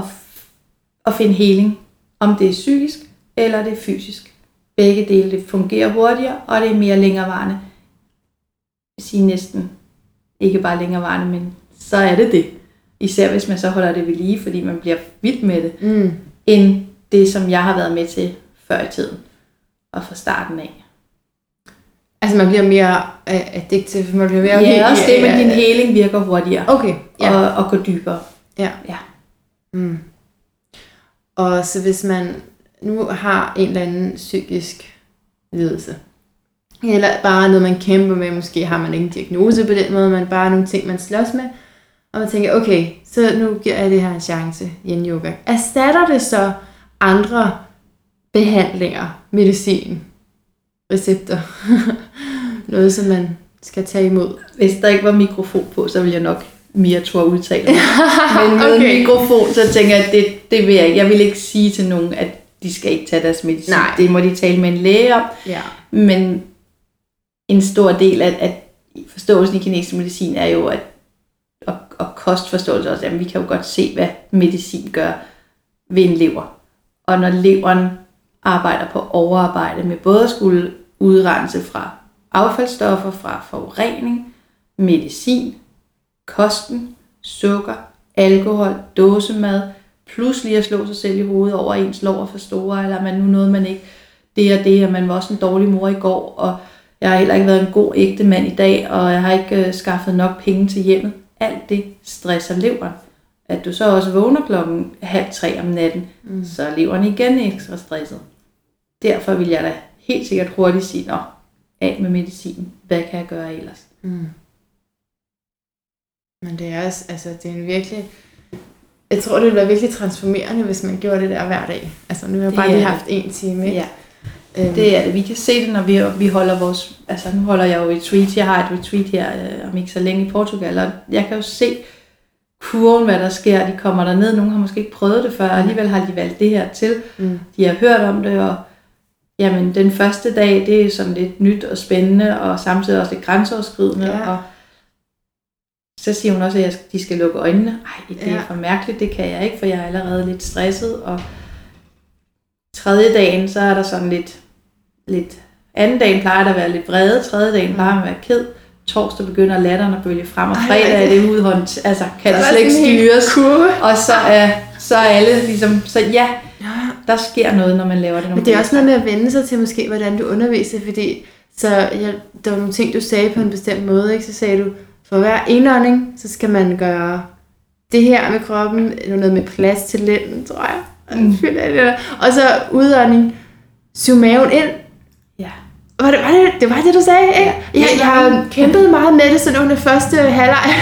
at finde heling. Om det er psykisk, eller det er fysisk. Begge dele, det fungerer hurtigere, og det er mere længerevarende. Jeg vil sige næsten, ikke bare længerevarende, men så er det det. Især hvis man så holder det ved lige, fordi man bliver vild med det, mm. end det, som jeg har været med til før i tiden, og fra starten af. Altså man bliver mere addictiv, man bliver mere... Ja, også det, men din heling virker hurtigere. Okay, ja. Og, og går dybere. Ja. Ja. Mm. Og så hvis man nu har en eller anden psykisk lidelse, eller bare noget, man kæmper med, måske har man ikke en diagnose på den måde, men bare nogle ting, man slås med, og man tænker, okay, så nu giver jeg det her en chance, yin yoga. Erstatter det så andre behandlinger, medicin, recepter, noget, som man skal tage imod? Hvis der ikke var mikrofon på, så ville jeg nok mere turde udtale mig. Men med okay. mikrofon, så tænker jeg, at det, det vil jeg ikke. Jeg vil ikke sige til nogen, at de skal ikke tage deres medicin. Nej. Det må de tale med en læge om. Ja. Men en stor del af at forståelsen i kinesisk medicin er jo, at og, og kostforståelse også, at vi kan jo godt se, hvad medicin gør ved en lever. Og når leveren arbejder på overarbejde med både at skulle udrense fra affaldsstoffer, fra forurening, medicin, kosten, sukker, alkohol, dåsemad, pludselig at slå sig selv i hovedet over ens lår for store, eller man nu noget man ikke, det og det, og man var også en dårlig mor i går, og Jeg har heller ikke været en god ægte mand i dag, og jeg har ikke øh, skaffet nok penge til hjemmet. Alt det stresser leveren. At du så også vågner klokken halv tre om natten, mm. så er leveren igen ekstra stresset. Derfor vil jeg da helt sikkert hurtigt sige, nå, af med medicin. Hvad kan jeg gøre ellers? Mm. Men det er også, altså det er en virkelig, jeg tror det ville være virkelig transformerende, hvis man gjorde det der hver dag. Altså nu har jeg bare lige haft en time, ikke? Ja. Øhm. Det er det. Vi kan se det, når vi, vi holder vores, altså nu holder jeg jo retreat, jeg har et retreat her øh, om ikke så længe i Portugal, og jeg kan jo se kurven, hvad der sker. De kommer der ned, nogle har måske ikke prøvet det før, og alligevel har de valgt det her til. Mm. De har hørt om det, og jamen, den første dag, det er sådan lidt nyt og spændende, og samtidig også lidt grænseoverskridende, ja. Og så siger hun også, at de skal lukke øjnene. Ej, det er ja. for mærkeligt, det kan jeg ikke, for jeg er allerede lidt stresset, og tredje dagen, så er der sådan lidt, lidt anden dagen plejer der at være lidt vrede, tredje dagen plejer at være ked, torsdag begynder latteren at bølge frem, og fredag er det udhånd, altså kan det slet ikke styres, og så er, så er alle ligesom, så ja, der sker noget, når man laver det. Men det er også noget med at vende sig til måske, hvordan du underviser, fordi så, ja, der var nogle ting, du sagde på en bestemt måde, ikke? Så sagde du, for hver indånding, så skal man gøre det her med kroppen, noget med plads til lænden, tror jeg. Mm. Og så udånding, suge maven ind. Ja. Var det, var det, det var det, du sagde, ikke? Ja. Jeg, jeg har kæmpet meget med det sådan under første halvleg,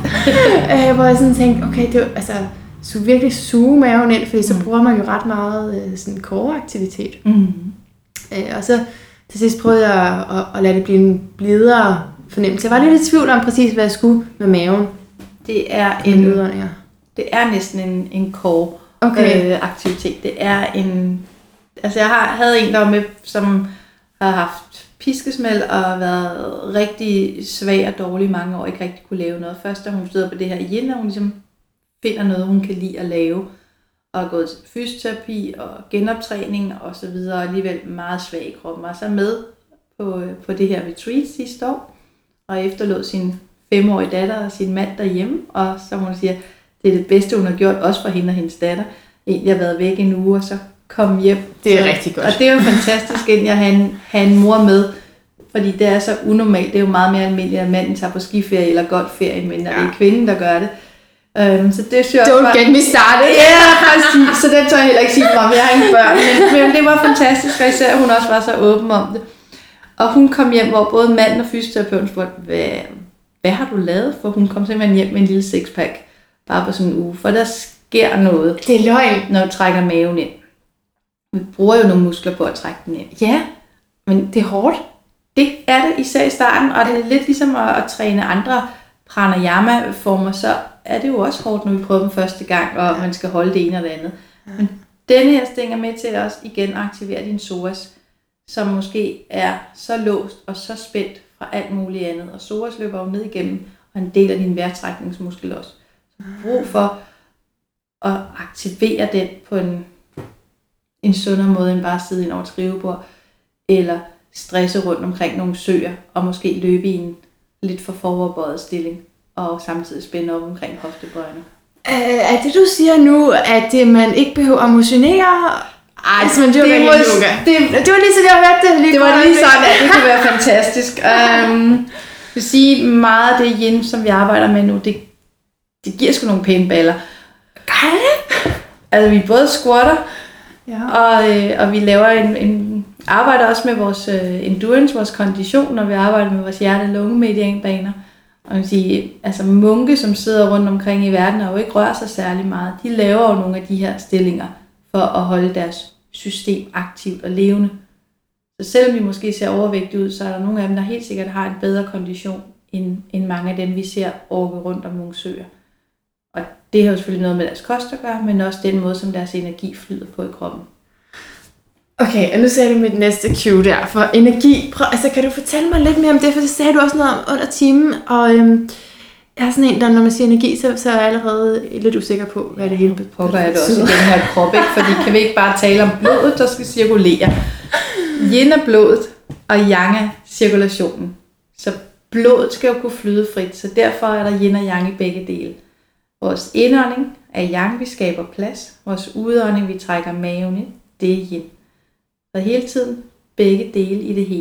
hvor jeg sådan tænkte, okay, det var, altså, så virkelig suge maven ind, fordi så mm. bruger man jo ret meget sådan core-aktivitet. Mm. Øh, og så til sidst prøvede jeg at, at, at lade det blive en blidere fornemmelse. Jeg var lidt i tvivl om præcis, hvad jeg skulle med maven. Det er en udåndinger. Det er næsten en, en core okay. øh, aktivitet. Det er en, altså jeg har, havde en der var med, som har haft piskesmæld og været rigtig svag og dårlig mange år, ikke rigtig kunne lave noget. Først da hun stod på det her yin, og hun ligesom finder noget, hun kan lide at lave, og er gået til fysioterapi og genoptræning og så videre, og alligevel meget svag i kroppen, og så med på, på det her retreat sidste år, og efterlod sin femårige datter og sin mand derhjemme, og som hun siger, det er det bedste, hun har gjort, også for hende og hendes datter. Egentlig har været væk en uge, og så kom hjem. Det er så, rigtig godt. Og det er jo fantastisk, at have en, have en mor med, fordi det er så unormalt. Det er jo meget mere almindeligt, at manden tager på skiferie eller golfferie, men når ja. det er kvinden, der gør det. Um, så det synes jeg Don't bare, get me started. Ja, præcis. Så det tør jeg heller ikke sige fra, jeg har ingen børn. Men, men det var fantastisk, og især hun også var så åben om det. Og hun kom hjem, hvor både manden og fysioterapeuten spurgte, hvad, hvad har du lavet? For hun kom simpelthen hjem med en lille sixpack, bare på sådan en uge. For der sker noget, det er løgn, når du trækker maven ind. Vi bruger jo nogle muskler på at trække den ind. Ja, men det er hårdt. Det er det, især i starten, og det er lidt ligesom at, at træne andre pranayama-former, så er det jo også hårdt, når vi prøver dem første gang, og man skal holde det ene og det andet. Ja. Men denne her sting er med til at også igen aktivere din psoas, som måske er så låst og så spændt fra alt muligt andet. Og psoas løber jo ned igennem, og en del af din vejrtrækningsmuskel også. Så brug for at aktivere den på en, en sundere måde, end bare sidde ind over et skrivebord, eller stresse rundt omkring nogle søer, og måske løbe i en lidt for foroverbøjet stilling, og samtidig spænde op omkring hoftebøjene. Uh, er det du siger nu, at man ikke behøver at motionere? Ej, altså, det, det, var yoga. Det, det var lige så, jeg hørte det. Lige det var lige sådan, at det kunne være fantastisk. um, jeg vil sige, meget af det yin, som vi arbejder med nu, det, det giver sgu nogle pæne baller. Gør det? Altså, vi både squatter, ja. og, øh, og vi laver en, en arbejder også med vores øh, endurance, vores kondition, og vi arbejder med vores hjerte-lunge-medianbaner. Og man siger, altså munke, som sidder rundt omkring i verden, og jo ikke rører sig særlig meget, de laver jo nogle af de her stillinger for at holde deres system aktivt og levende. Så selvom vi måske ser overvægtige ud, så er der nogle af dem, der helt sikkert har en bedre kondition, end, end mange af dem, vi ser orke rundt om nogle søer. Og det har jo selvfølgelig noget med deres kost at gøre, men også den måde, som deres energi flyder på i kroppen. Okay, og nu sagde du mit næste cue der, for energi. Prøv, altså, kan du fortælle mig lidt mere om det, for det sagde du også noget om under timen, og øhm, jeg er sådan en, der når man siger energi, så, så er jeg allerede lidt usikker på, hvad det hele betyder. Håber jeg det også i den her krop, ikke? Fordi kan vi ikke bare tale om blodet, der skal cirkulere. Yin er blodet, og yang er cirkulationen. Så blodet skal jo kunne flyde frit, så derfor er der yin og yang i begge dele. Vores indånding er yang, vi skaber plads. Vores udånding, vi trækker maven ind, det er yin. Så hele tiden begge dele i det hele. Hvis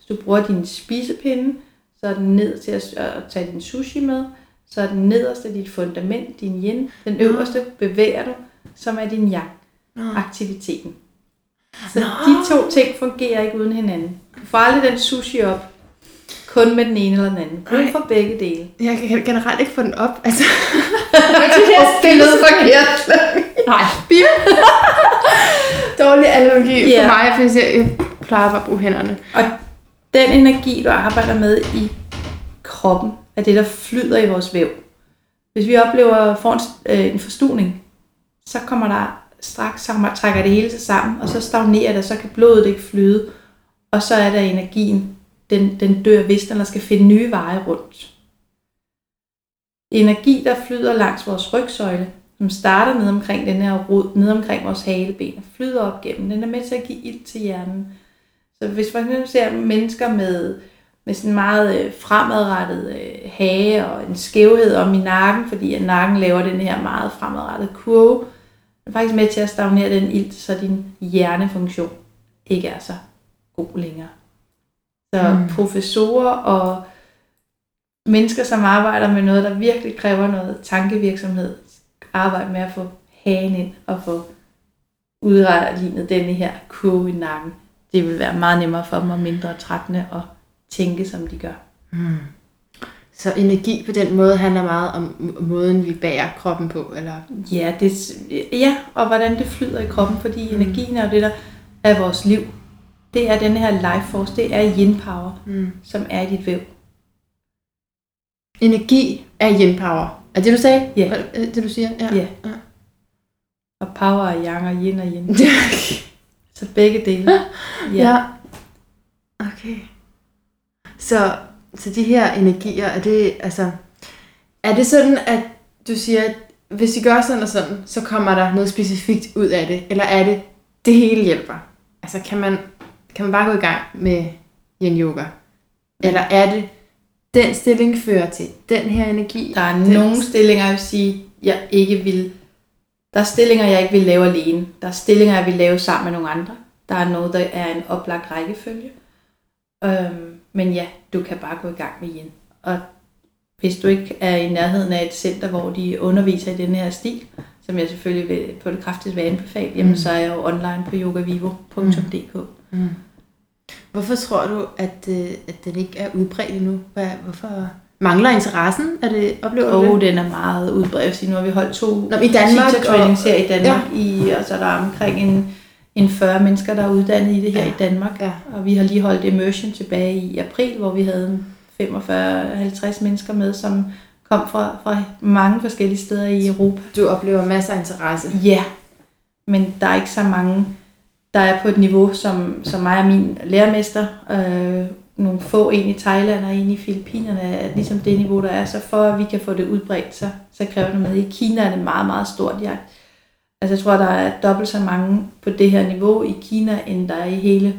Hvis du bruger din spisepinde, så er den ned til at, at tage din sushi med. Så er den nederste dit fundament, din yin. Den øverste bevæger du, som er din yang. Aktiviteten. Så de to ting fungerer ikke uden hinanden. Du får aldrig den sushi op, kun med den ene eller den anden. Brug for begge dele. Jeg kan generelt ikke få den op. Altså, og billedet forkert. Nej. Bim. Dårlig analogi yeah. for mig, for jeg, jeg plejer bare at bruge hænderne. Og den energi, du arbejder med i kroppen, er det, der flyder i vores væv. Hvis vi oplever får en, øh, en forstuning, så kommer der straks, så trækker det hele sig sammen, og så stagnerer det, så kan blodet ikke flyde, og så er der energien, den, den dør, hvis den skal finde nye veje rundt. Energi, der flyder langs vores rygsøjle, som starter ned omkring den her rod, ned omkring vores haleben, og flyder op gennem. Den er med til at give ild til hjernen. Så hvis man ser mennesker med, med sådan meget øh, fremadrettet øh, hage og en skævhed om i nakken, fordi at nakken laver den her meget fremadrettede kurve, er faktisk med til at stagnere den ilt, så din hjernefunktion ikke er så god længere. Så mm. professorer og mennesker, som arbejder med noget, der virkelig kræver noget tankevirksomhed, arbejde med at få hagen ind og få udregnet denne her kurve i nakken. Det vil være meget nemmere for dem og mindre trættende at tænke, som de gør. Mm. Så energi på den måde handler meget om måden, vi bærer kroppen på, eller? Ja, det, ja, og hvordan det flyder i kroppen, fordi mm. energien er jo det, der er vores liv. Det er den her life force, det er yin power, mm. som er i dit væv. Energi er yin power. Er det, du sagde? Ja. Det, du siger? Ja. ja. ja. Og power er yang og yin og yin. Så begge dele. Ja. ja. Okay. Så, så de her energier, er det, altså, er det sådan, at du siger, at hvis I gør sådan og sådan, så kommer der noget specifikt ud af det? Eller er det, det hele hjælper? Altså, kan man, kan man bare gå i gang med yin yoga? Eller er det, den stilling fører til den her energi? Der er nogle stillinger, jeg vil sige, jeg ikke vil. Der er stillinger, jeg ikke vil lave alene. Der er stillinger, jeg vil lave sammen med nogle andre. Der er noget, der er en oplagt rækkefølge. Øhm, men ja, du kan bare gå i gang med yin. Og hvis du ikke er i nærheden af et center, hvor de underviser i den her stil, som jeg selvfølgelig vil på det kraftigste vil anbefale, jamen mm. så er jeg jo online på yogavivo punktum d k. Mm. Mm. Hvorfor tror du, at, at den ikke er udbredt endnu? Hvorfor mangler interessen? Er det, oplever oh, du det? Den er meget udbredt. Nu har vi holdt to Nå, i Danmark, teacher-trainings her i Danmark, ja. i, og så er der omkring en, en fyrre mennesker, der er uddannet i det her ja. i Danmark. Ja. Og vi har lige holdt immersion tilbage i april, hvor vi havde femogfyrre til halvtreds mennesker med, som kom fra, fra mange forskellige steder i Europa. Du oplever masser af interesse? Ja, men der er ikke så mange, der er på et niveau, som, som mig og min lærermester, øh, nogle få, en i Thailand og en i Filippinerne, er ligesom det niveau, der er. Så for at vi kan få det udbredt, så, så kræver det noget. I Kina er det meget, meget stort. Jeg, altså jeg tror, der er dobbelt så mange på det her niveau i Kina, end der er i hele,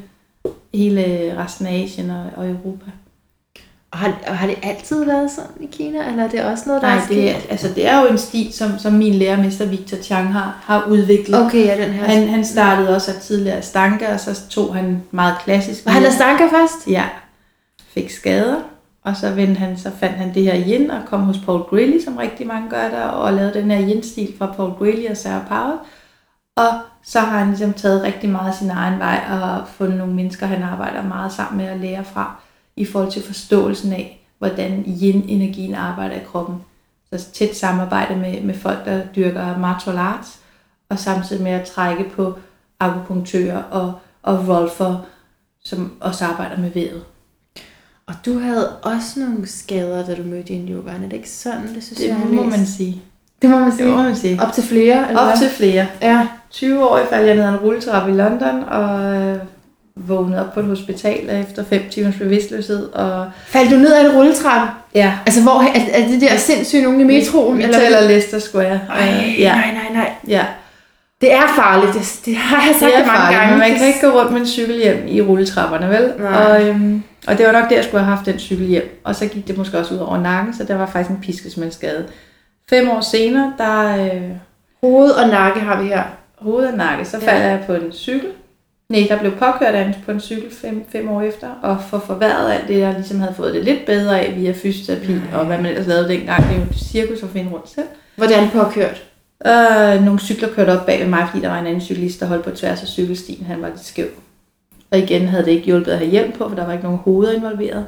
hele resten af Asien og, og Europa. Og har, og har det altid været sådan i Kina, eller er det også noget, der Nej, er sket? det, altså det er jo en stil, som, som min lærermester Victor Chang har, har udviklet. Okay, ja, den her. Han, han startede også tidligere Ashtanga, og så tog han meget klassisk. Og han Ashtanga først? Ja, fik skader, og så, vendte han, så fandt han det her yin, og kom hos Paul Grilley, som rigtig mange gør der, og lavede den her yin-stil fra Paul Grilley og Sarah Powell. Og så har han ligesom taget rigtig meget sin egen vej, og fundet nogle mennesker, han arbejder meget sammen med at lære fra, i forhold til forståelsen af, hvordan yin-energien arbejder i kroppen. Så tæt samarbejde med, med folk, der dyrker martial arts, og samtidig med at trække på akupunktører og, og rolfer, som også arbejder med vævet. Og du havde også nogle skader, da du mødte yin yoga, er det ikke sådan? Det, synes det jeg, må man sige. Det må man sige? Det må man sige. Op til flere? Eller Op hvad? til flere. Ja. tyve år faldt jeg ned ad en rulletrappe i London, og øh, vågnede op på et hospital efter fem timers bevidstløshed. Og faldt du ned ad en rulletrappe? Ja. Altså, hvor er, er det der sindssygt nogen i metroen? Vi taler Leicester Square. Ej, ja. nej, nej, nej. Ja. Det er farligt, det, det har jeg sagt det, det mange farligt, gange. Men man kan ikke gå rundt med en cykelhjem i rulletrapperne, vel? Og, øhm, og det var nok der, jeg skulle have haft den cykelhjem. Og så gik det måske også ud over nakken, så der var faktisk en piskesmældsskade. Fem år senere, der... Øh, hoved og nakke har vi her. Hoved og nakke. Så falder ja. jeg på en cykel, Nej, der blev påkørt af på en cykel fem, fem år efter, og for forværret alt det, jeg ligesom havde fået det lidt bedre af via fysioterapi, nej, og hvad man ellers lavede dengang. Det er jo et cirkus at finde rundt selv. Hvordan påkørt? Øh, nogle cykler kørte op bag ved mig, fordi der var en anden cyklist, der holdt på tværs af cykelstien. Han var lidt skæv. Og igen havde det ikke hjulpet at have hjelm på, for der var ikke nogen hoveder involveret.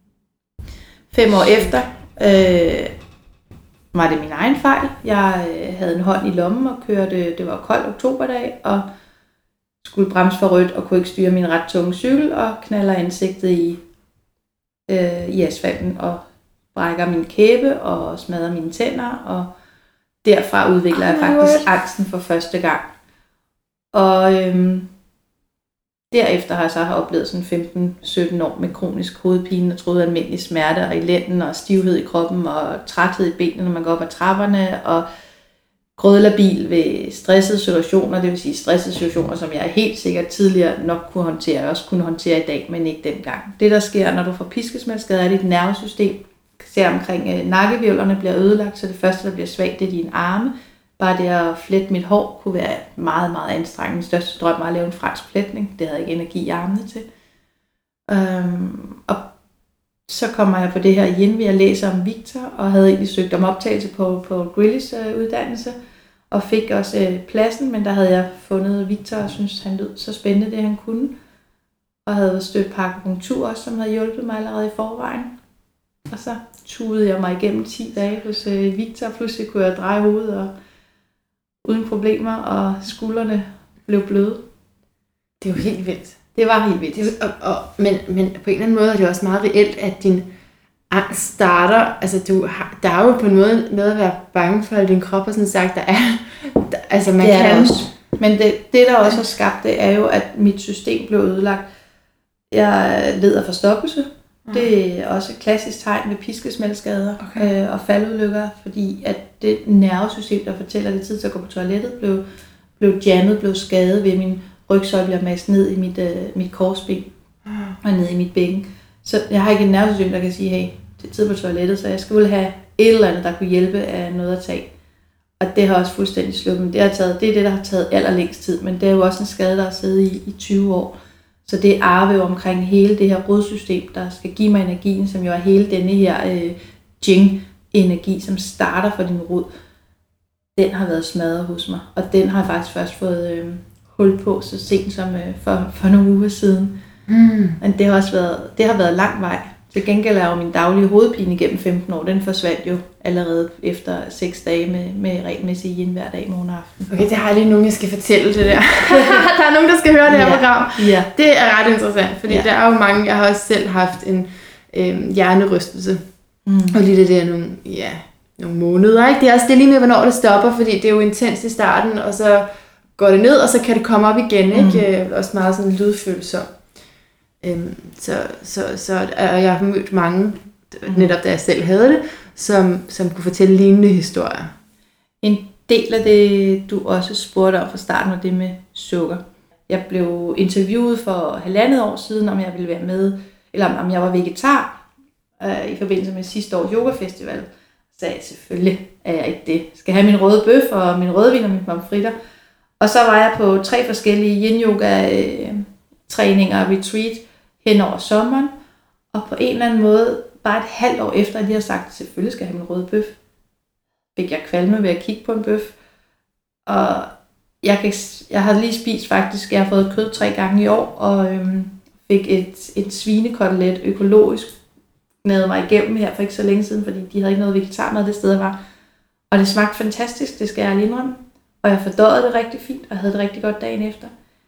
Fem år efter øh, var det min egen fejl. Jeg øh, havde en hånd i lommen og kørte, det var kold oktoberdag, og skulle bremse for rødt og kunne ikke styre min ret tunge cykel, og knaller ansigtet i, øh, i asfalten og brækker min kæbe og smadrer mine tænder, og derfra udvikler jeg faktisk angsten for første gang. Og øhm, derefter har jeg så oplevet sådan femten sytten år med kronisk hovedpine og troede almindelig smerte og i lænden og stivhed i kroppen og træthed i benene, når man går op ad trapperne, og grødlabil ved stressede situationer, det vil sige stressede situationer, som jeg helt sikkert tidligere nok kunne håndtere, og også kunne håndtere i dag, men ikke dengang. Det, der sker, når du får piskesmældsskade, er dit nervesystem. Ser omkring øh, nakkevivlerne bliver ødelagt, så det første, der bliver svagt, det er dine arme. Bare det at flette mit hår kunne være meget, meget anstrengende. Min største drøm var at lave en fransk fletning. Det havde jeg ikke energi i armene til. Øhm, og så kommer jeg på det her igen, ved at læse om Victor, og havde egentlig søgt om optagelse på, på Grillis øh, uddannelse, og fik også øh, pladsen, men der havde jeg fundet Victor, og synes han lød så spændende, det han kunne. Og havde stødt på akupunktur også, som havde hjulpet mig allerede i forvejen. Og så tudede jeg mig igennem ti dage hos øh, Victor, og pludselig kunne jeg dreje hovedet og, uden problemer, og skuldrene blev bløde. Det er jo helt vildt. Det var helt vildt. Det, og, og, men, men på en eller anden måde er det også meget reelt, at din angst starter, altså du har, der er jo på en måde noget at være bange for, at din krop har sådan sagt, der er, der, altså man det er kan... Også. Men det, det, der også har skabt det, er jo, at mit system blev ødelagt. Jeg led af forstoppelse. Det er også et klassisk tegn ved piskesmældsskader okay. øh, og faldulykker, fordi at det nervesystem, der fortæller, det tid til at gå på toilettet, blev, blev jammet, blev skadet ved min rygsøjle bliver mast ned i mit, øh, mit korsben og ned i mit bækken. Så jeg har ikke et nervesystem, der kan sige, hey, det er tid på toilettet, så jeg skulle have et eller andet, der kunne hjælpe af noget at tage. Og det har også fuldstændig sluppet. Det, har taget, det er det, der har taget allerlængst tid, men det er jo også en skade, der har siddet i, i tyve år. Så det er arve omkring hele det her rodsystem, der skal give mig energien, som jo er hele denne her øh, Jing-energi, som starter for din rod. Den har været smadret hos mig, og den har jeg faktisk først fået øh, hul på så sent som øh, for, for nogle uger siden. Mm. Men det har også været, det har været lang vej. Til gengæld er jo min daglige hovedpine igennem femten år, den forsvandt jo allerede efter seks dage med, med regelmæssig yin hver dag, morgen og aften. Okay, det har jeg lige nogen, jeg skal fortælle det der. Der er nogen, der skal høre det her ja. program. Ja. Det er ret interessant, fordi ja. der er jo mange, jeg har også selv haft en øh, hjernerystelse. Mm. Og lige det der nogle, ja, nogle måneder, ikke? Det er også det er lige med, hvornår det stopper, fordi det er jo intens i starten, og så går det ned, og så kan det komme op igen, ikke? Mm. Også meget sådan lydfølsom. Øhm, så, så, så og jeg har mødt mange, netop da jeg selv havde det, som, som kunne fortælle lignende historier. En del af det, du også spurgte om fra starten, var det med sukker. Jeg blev interviewet for halvandet år siden, om jeg ville være med, eller om jeg var vegetar, øh, i forbindelse med sidste års yogafestival. Så sagde jeg, selvfølgelig er jeg ikke det. Skal have min røde bøf og min rødvin og mine pomfritter. Og så var jeg på tre forskellige yin-yoga øh, træninger og retreat hen over sommeren, og på en eller anden måde, bare et halvt år efter, at de har sagt, selvfølgelig skal jeg have min røde bøf, fik jeg kvalme ved at kigge på en bøf, og jeg, kan, jeg har lige spist faktisk, jeg har fået kød tre gange i år, og øhm, fik et, et svinekotelet økologisk med mig igennem her for ikke så længe siden, fordi de havde ikke noget vegetarmad det sted, jeg var, og det smagte fantastisk, det skal jeg lige indrømme, og jeg fordøjede det rigtig fint, og havde det rigtig godt dagen efter.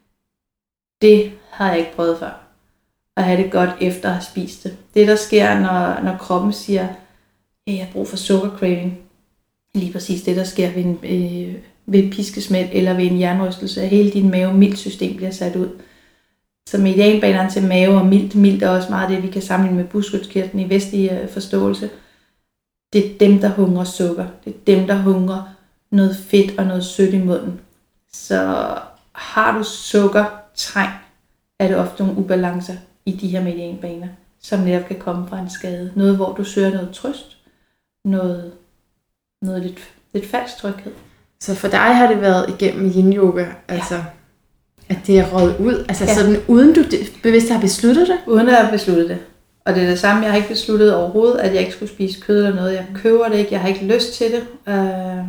Det har jeg ikke prøvet før. At have det godt efter at have spist det. Det der sker, når, når kroppen siger, at jeg har brug for sukkercraving. Lige præcis det, der sker ved en, øh, ved et piskesmæld eller ved en hjernerystelse. At hele din mave-mildsystem bliver sat ud. Så medianbanerne til mave og mildt, mildt er også meget det, vi kan sammenligne med buskudskirtlen i vestlig øh, forståelse. Det er dem, der hungrer sukker. Det er dem, der hungrer noget fedt og noget sødt i munden. Så har du sukkertræng, er det ofte nogle ubalancer i de her medianbaner, som netop kan komme fra en skade. Noget, hvor du søger noget trøst, noget, noget lidt, lidt falsk tryghed. Så for dig har det været igennem yin-yoga, altså? At det er røget ud? Altså Ja. sådan, uden du bevidst har besluttet det? Uden at jeg har besluttet det. Og det er det samme, jeg har ikke besluttet overhovedet, at jeg ikke skulle spise kød eller noget. Jeg køber det ikke, jeg har ikke lyst til det. Øh,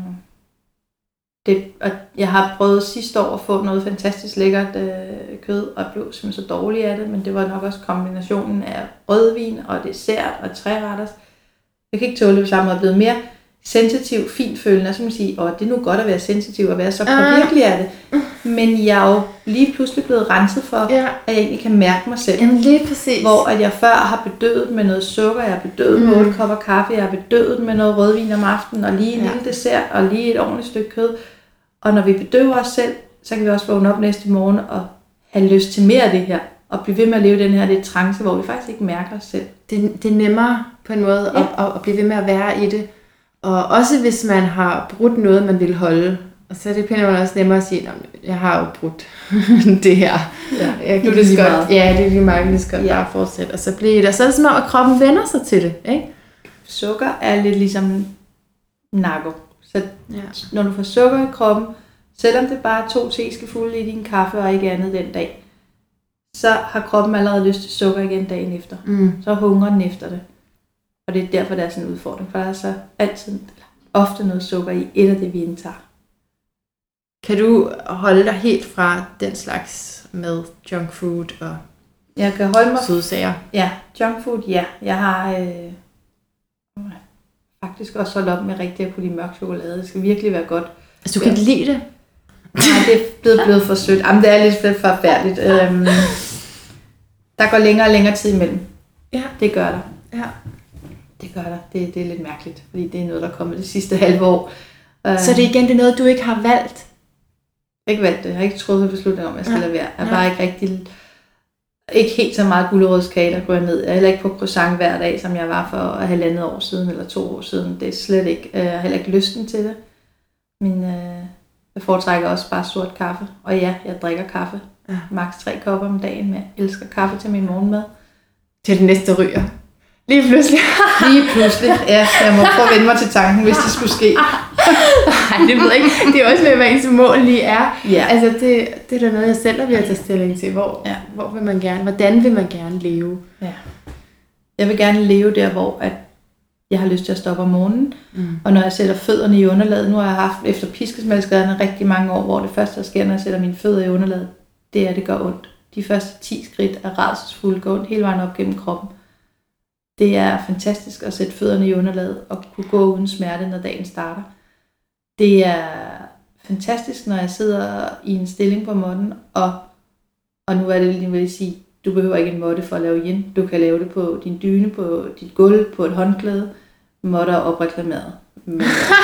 det og jeg har prøvet sidste år at få noget fantastisk lækkert øh, kød, og blev simpelthen så dårlig af det, men det var nok også kombinationen af rødvin og dessert og træretters. Jeg kan ikke tåle det på samme måde, blevet mere sensitiv, finfølende, og så kan man sige, åh, det er nu godt at være sensitiv og være så påvirkelig af det. Men jeg er jo lige pludselig blevet renset for, Ja. at jeg egentlig kan mærke mig selv. Jamen lige præcis. Hvor at jeg før har bedøvet med noget sukker, jeg har bedøvet Mm. med otte kopper kaffe, jeg har bedøvet med noget rødvin om aftenen, og lige en Ja. lille dessert, og lige et ordentligt stykke kød. Og når vi bedøver os selv, så kan vi også vågne op næste morgen og have lyst til mere af det her, og blive ved med at leve den her lidt trance, hvor vi faktisk ikke mærker os selv. Det, det er nemmere på en måde Ja. at, at, at blive ved med at være i det. Og også hvis man har brudt noget, man vil holde. Og så er det pænt også nemmere at sige, at jeg har jo brudt det her. Ja, Jeg det er kan lige lige godt, meget. ja, det er lige meget, lige godt Ja. bare fortsætte. Og så bliver det, og så er det som om, at kroppen vender sig til det, ikke? Sukker er lidt ligesom narko. Så Ja. når du får sukker i kroppen, selvom det bare er to teskefulde i din kaffe og ikke andet den dag, så har kroppen allerede lyst til sukker igen dagen efter. Mm. Så hungrer den efter det. Og det er derfor, der er sådan en udfordring, for der er så altid, eller ofte noget sukker i et af det, vi indtager. Kan du holde dig helt fra den slags med junk food og Jeg kan holde mig... sødsager? Ja, junk food, ja. Jeg har øh, faktisk også holdt op med rigtig at kunne lide mørk chokolade. Det skal virkelig være godt. Altså, du kan ikke lide det? Nej, det er blevet, blevet for sødt. Jamen, det er lidt forfærdeligt. Øhm, der går længere og længere tid imellem. Ja. Det gør der. Ja. Det gør der. Det, det er lidt mærkeligt, fordi det er noget, der er kommet det sidste halve år. Øh, Så det er igen det er noget, du ikke har valgt? Jeg har ikke valgt det. Jeg har ikke truffet beslutning om, at jeg skal Ja. lade være. Jeg er Ja. bare ikke rigtig... Ikke helt så meget gulerødskage, der går jeg ned. Jeg er heller ikke på croissant hver dag, som jeg var for halvandet år siden eller to år siden. Det er slet ikke. Jeg har heller ikke lysten til det. Men øh, jeg foretrækker også bare sort kaffe. Og ja, jeg drikker kaffe. Ja. Maks tre kopper om dagen. Men jeg elsker kaffe til min morgenmad. Til det næste ryger. Lige pludselig. Lige pludselig. Ja, jeg må prøve at vende mig til tanken, hvis det skulle ske. Nej, det ved jeg ikke. Det er også med, hvad ens mål lige er. Ja. Altså, det, det er da noget, jeg selv er ved at tage stilling til. Hvor, Ja. hvor vil man gerne, hvordan vil man gerne leve? Ja. Jeg vil gerne leve der, hvor at jeg har lyst til at stoppe om morgenen. Mm. Og når jeg sætter fødderne i underlaget, nu har jeg haft efter piskesmældsskaderne rigtig mange år, hvor det første, der sker, når jeg sætter mine fødder i underlaget, det er, at det gør ondt. De første ti skridt er rædselsfulde, går ondt hele vejen op gennem kroppen. Det er fantastisk at sætte fødderne i underlaget og kunne gå uden smerte, når dagen starter. Det er fantastisk, når jeg sidder i en stilling på måtten, og, og nu er det lige vil sige, du behøver ikke en måtte for at lave yin. Du kan lave det på din dyne, på dit gulv, på et håndklæde. Måtter er opreklameret. Men,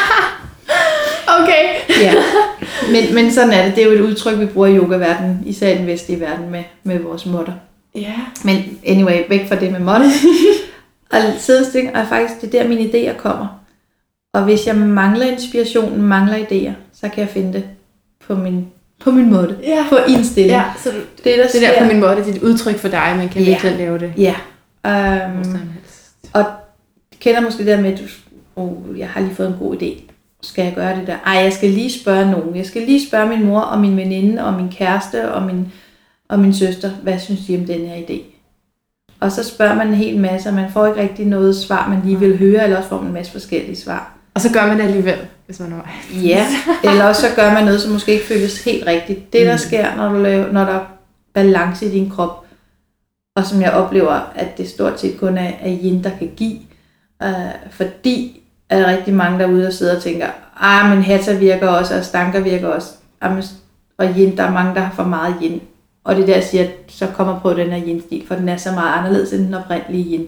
Okay. ja. men, men sådan er det. Det er jo et udtryk, vi bruger i yogaverdenen, især i den vestlige verden med, med vores måtter. Ja. Men anyway, væk fra det med måtter. Og sidestilling er faktisk, det er der mine idéer kommer. Og hvis jeg mangler inspiration, mangler idéer, så kan jeg finde det på min, på min måde. Ja. På indstilling. Ja, så du, Det, der det der sker, på min måde, det er et udtryk for dig, man kan Ja. virkelig lave det. Ja. Hvor Um, som helst. og du kender måske det der med, at du, oh, jeg har lige fået en god idé. Skal jeg gøre det der? Ej, jeg skal lige spørge nogen. Jeg skal lige spørge min mor og min veninde og min kæreste og min, og min søster, hvad synes de om den her idé? Og så spørger man en hel masse, og man får ikke rigtig noget svar, man lige vil høre, eller også får man en masse forskellige svar. Og så gør man det alligevel, hvis man har. Ja, eller også så gør man noget, som måske ikke føles helt rigtigt. Det, der sker, når, du laver, når der er balance i din krop, og som jeg oplever, at det stort set kun er, er yin, der kan give, øh, fordi er der rigtig mange derude, der sidder og tænker, ah, men hatha virker også, og stanker virker også, ah, og yin, der er mange, der har for meget yin. Og det er der, jeg siger, at så kommer på den her yin-stil, for den er så meget anderledes end den oprindelige yin.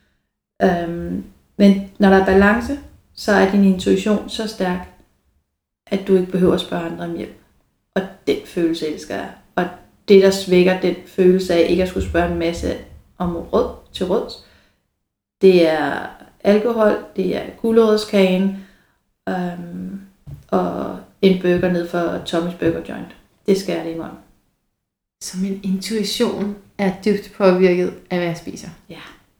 Øhm, men når der er balance, så er din intuition så stærk, at du ikke behøver at spørge andre om hjælp. Og den følelse elsker jeg. Og det, der svækker den følelse af ikke at skulle spørge en masse om rød til røds, det er alkohol, det er gulerødskagen øhm, og en burger ned for Tommys Burger Joint. Det skal jeg ikke om. Så min intuition er dybt påvirket af, hvad jeg spiser. Ja.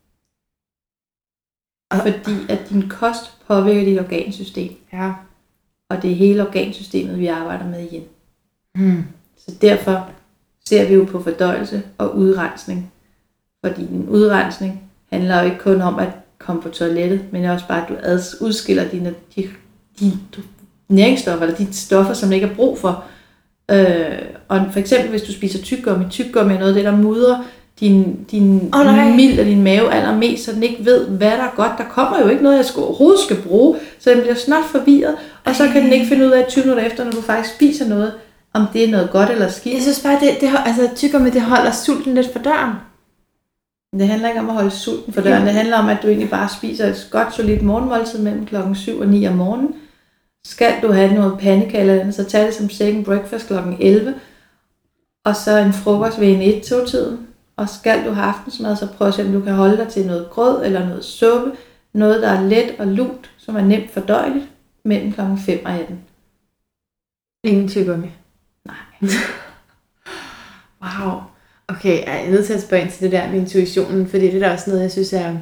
Fordi at din kost påvirker dit organsystem. Ja. Og det er hele organsystemet, vi arbejder med igen. Hmm. Så derfor ser vi jo på fordøjelse og udrensning. Fordi en udrensning handler jo ikke kun om at komme på toilettet, men også bare, at du ads- udskiller dine, de, de næringsstoffer, eller de stoffer, som der ikke er brug for. Øh, og for eksempel, hvis du spiser tyggegummi, tyggegummi er noget af det, der mudrer din, din oh, mild og din mave allermest, så den ikke ved, hvad der er godt. Der kommer jo ikke noget, jeg skal, overhovedet skal bruge, så den bliver snart forvirret, og så kan den ikke finde ud af tyve minutter efter, når du faktisk spiser noget, om det er noget godt eller skidt. Jeg synes bare, det, det, altså, tyggegummi, det holder sulten lidt for døren. Det handler ikke om at holde sulten for døren. Det handler om, at du egentlig bare spiser et godt, solidt morgenmåltid mellem klokken syv og ni om morgenen. Skal du have noget pandekage, så tag det som second breakfast klokken elleve. Og så en frokost ved en et-to-tiden. Og skal du have aftensmad, så prøv at se, om du kan holde dig til noget grød eller noget suppe. Noget, der er let og lunt, som er nemt fordøjeligt, mellem klokken fem og atten. Ingen tyggegummi. Nej. Wow. Okay, jeg er nødt til at spørge ind til det der med intuitionen, fordi det er da også noget, jeg synes er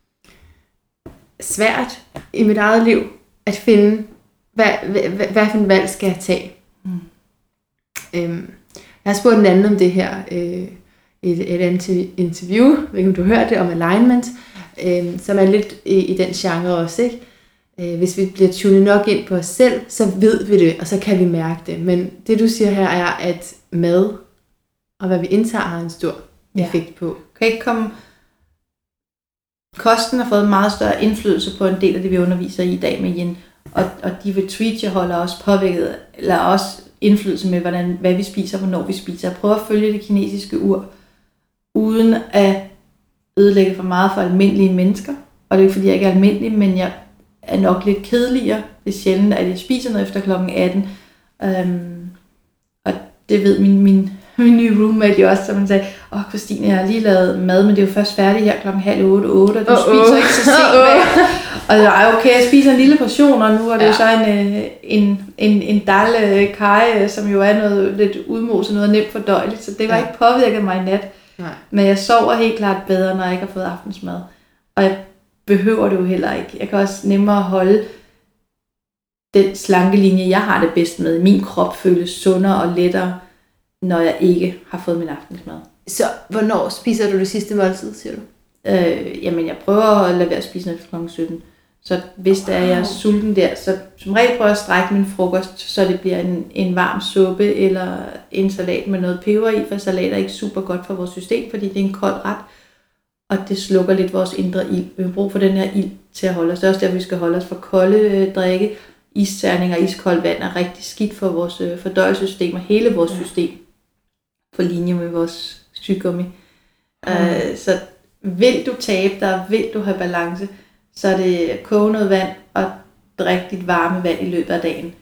svært i mit eget liv, at finde, hvad, hvad, hvad, hvad for en valg skal jeg tage. Mm. Øhm, jeg har spurgt en anden om det her, øh, et, et interview, jeg ved ikke om du hørte det, om alignment, øh, som er lidt i, i den genre også, ikke? Øh, hvis vi bliver tunet nok ind på os selv, så ved vi det, og så kan vi mærke det. Men det du siger her er, at mad og hvad vi indtager har en stor effekt ja. på. Kan ikke komme... Kosten har fået meget større indflydelse på en del af det, vi underviser i i dag med Yin. Og, og de retreats, jeg holder også påvirket, eller også indflydelse med, hvordan, hvad vi spiser, hvornår vi spiser. Jeg prøver at følge det kinesiske ur, uden at ødelægge for meget for almindelige mennesker. Og det er ikke, fordi jeg ikke er almindelig, men jeg er nok lidt kedeligere. Det er sjældent, at jeg spiser noget efter klokken atten. Um, og det ved min... min Min nye roommate jo også, så man sagde, åh oh, Christine, jeg har lige lavet mad, men det er jo først færdigt her klokken halv otte, otte, og du oh, spiser oh. ikke så sent bag. Og jeg okay, jeg spiser en lille portion, og nu er det ja. jo så en, en, en, en dal kaj, som jo er noget lidt udmoset, noget nemt fordøjeligt, så det var ja. ikke påvirket mig i nat. Nej. Men jeg sover helt klart bedre, når jeg ikke har fået aftensmad. Og jeg behøver det jo heller ikke. Jeg kan også nemmere holde den slanke linje, jeg har det bedst med. Min krop føles sundere og lettere, når jeg ikke har fået min aftensmad. Så hvornår spiser du det sidste måltid, siger du? Øh, jamen, jeg prøver at lade være at spise efter klokken sytten. Så hvis der er jeg er sulten der, så som regel prøver jeg at strække min frokost, så det bliver en, en varm suppe eller en salat med noget peber i, for salat er ikke super godt for vores system, fordi det er en kold ret, og det slukker lidt vores indre ild. Vi har brug for den her ild til at holde os. Det er også derfor, vi skal holde os for kolde øh, drikke. Isterning og iskoldt vand er rigtig skidt for vores øh, fordøjelsessystem og hele vores system. På linje med vores tyggegummi. Mm. Uh, så vil du tabe dig, vil du have balance, så er det koge noget vand og drikke dit varme vand i løbet af dagen.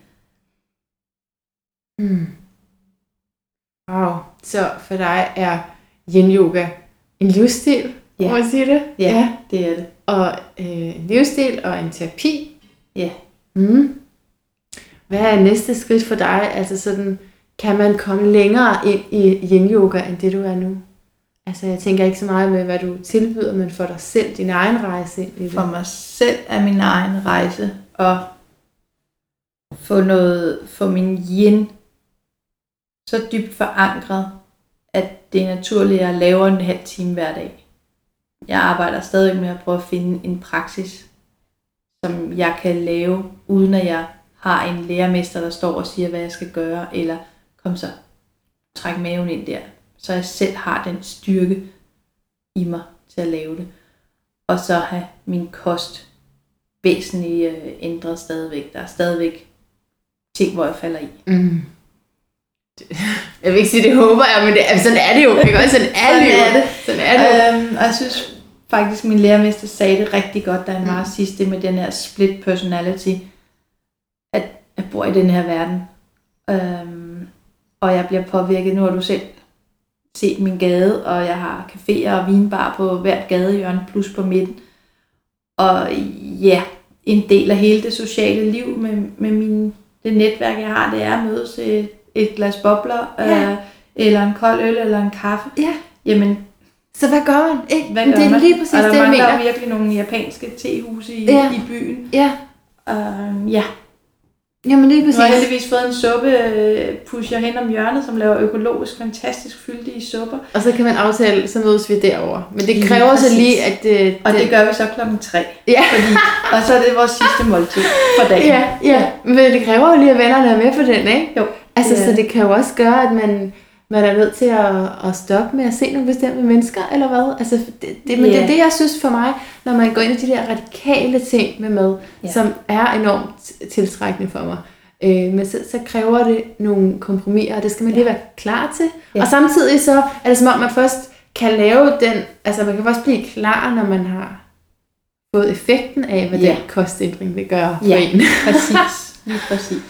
Mm. Wow. Så for dig er yin yoga en livsstil, ja. må jeg sige det? Ja, ja, det er det. Og øh, en livsstil og en terapi. Ja. Mm. Hvad er næste skridt for dig? Altså sådan, kan man komme længere ind i yin-yoga, end det du er nu? Altså, jeg tænker ikke så meget med, hvad du tilbyder, men for dig selv, din egen rejse ind i det. For mig selv er min egen rejse at få noget, få min yin så dybt forankret, at det er naturligt, at jeg laver en halv time hver dag. Jeg arbejder stadig med at prøve at finde en praksis, som jeg kan lave, uden at jeg har en lærermester, der står og siger, hvad jeg skal gøre, eller kom så, træk maven ind der, så jeg selv har den styrke i mig til at lave det. Og så have min kost væsentligt øh, ændret stadigvæk. Der er stadigvæk ting, hvor jeg falder i. Mm. Jeg vil ikke sige, det håber jeg, men det, altså, sådan er det jo. Ikke? Sådan er det jo. Sådan er det. Øhm, og jeg synes faktisk, min lærermester sagde det rigtig godt, da han var mm. sidst, det med den her split personality, at jeg bor i den her verden. Øhm, og jeg bliver påvirket. Nu har du selv set min gade, og jeg har caféer og vinbar på hvert gadehjørne, plus på midten. Og ja, en del af hele det sociale liv med, med min, det netværk, jeg har, det er at mødes et, et glas bobler, ja. øh, eller en kold øl, eller en kaffe. Ja. Jamen, så hvad gør man? Ikke? Hvad gør det er man? lige præcis og der det, jeg mangler mener. virkelig nogle japanske tehuse i, ja. i byen. Ja. Uh, ja. Jamen det er Nu har jeg præcis. heldigvis fået en suppe øh, pusher hen om hjørnet, som laver økologisk, fantastisk fyldige supper. Og så kan man aftale, så mødes vi derovre. Men det Lige kræver så præcis. lige, at... Øh, Og det gør vi så klokken tre. Ja. Fordi, og så er det vores sidste måltid for dagen. Ja, ja. Men det kræver jo lige, at vennerne er med på den, ikke? Jo. Altså, Ja. så det kan jo også gøre, at man, man er nødt til at, at stoppe med at se nogle bestemte mennesker, eller hvad? Altså, det, det, men Ja. det er det, jeg synes for mig, når man går ind i de der radikale ting med mad, Ja. som er enormt tiltrækkende for mig. Øh, men så, så kræver det nogle kompromiser, og det skal man lige være klar til. Ja. Og samtidig så er det som om, man først kan lave den, altså man kan først blive klar, når man har fået effekten af, hvad Ja. den kostændring vil gøre for Ja. en. Præcis. Lige præcis.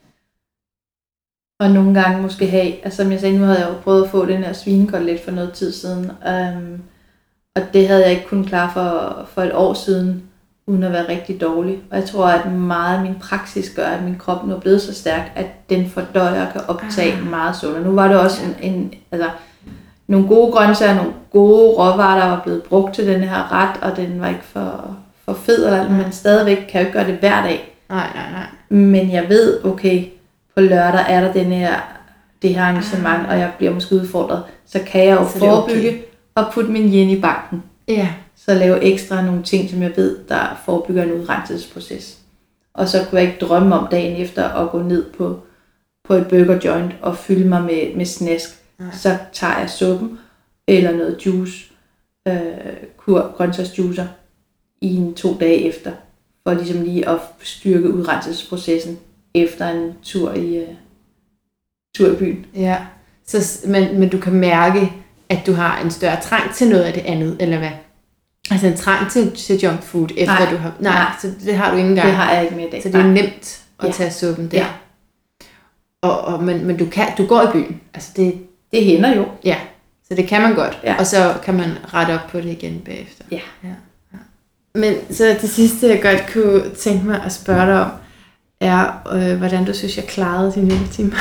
Og nogle gange måske have, altså som jeg sagde, nu havde jeg jo prøvet at få den her svinekotelet for noget tid siden. Um, og det havde jeg ikke kunnet klare for, for et år siden, uden at være rigtig dårlig. Og jeg tror, at meget af min praksis gør, at min krop nu er blevet så stærk, at den fordøjer og kan optage Ah. meget sundere. Nu var det også en, en, altså, nogle gode grøntsager, nogle gode råvarer, der var blevet brugt til den her ret, og den var ikke for, for fed, eller, men stadigvæk kan jeg jo ikke gøre det hver dag. Nej, nej, nej. Men jeg ved, okay, på lørdag er der den her, det her arrangement, og jeg bliver måske udfordret, så kan jeg jo Så det er okay. forebygge og putte min yen i banken. Ja. Så lave ekstra nogle ting, som jeg ved, der forebygger en udrenselsesproces. Og så kunne jeg ikke drømme om dagen efter at gå ned på, på et burger joint og fylde mig med, med snask. Nej. Så tager jeg suppen eller noget juice, øh, kur, grøntsagsjuicer, i en to dage efter, for ligesom lige at styrke udrenselsesprocessen efter en tur i, øh, tur i byen. Ja. Så, men, men du kan mærke, at du har en større trang til noget af det andet, eller hvad? Altså en trang til, til junk food, efter Nej. du har... Nej, Nej. så det har du ikke engang. Det har jeg ikke mere i dag. Så det er Nej. nemt at Ja. tage suppen der. Ja. Og, og, men, men du, kan, du går i byen. Altså det, Det hænder jo. ja, så det kan man godt. Ja. Og så kan man rette op på det igen bagefter. Ja. Ja, ja. Men så det sidste, jeg godt kunne tænke mig at spørge dig om, er, øh, hvordan du synes, jeg klarede din yoga-time.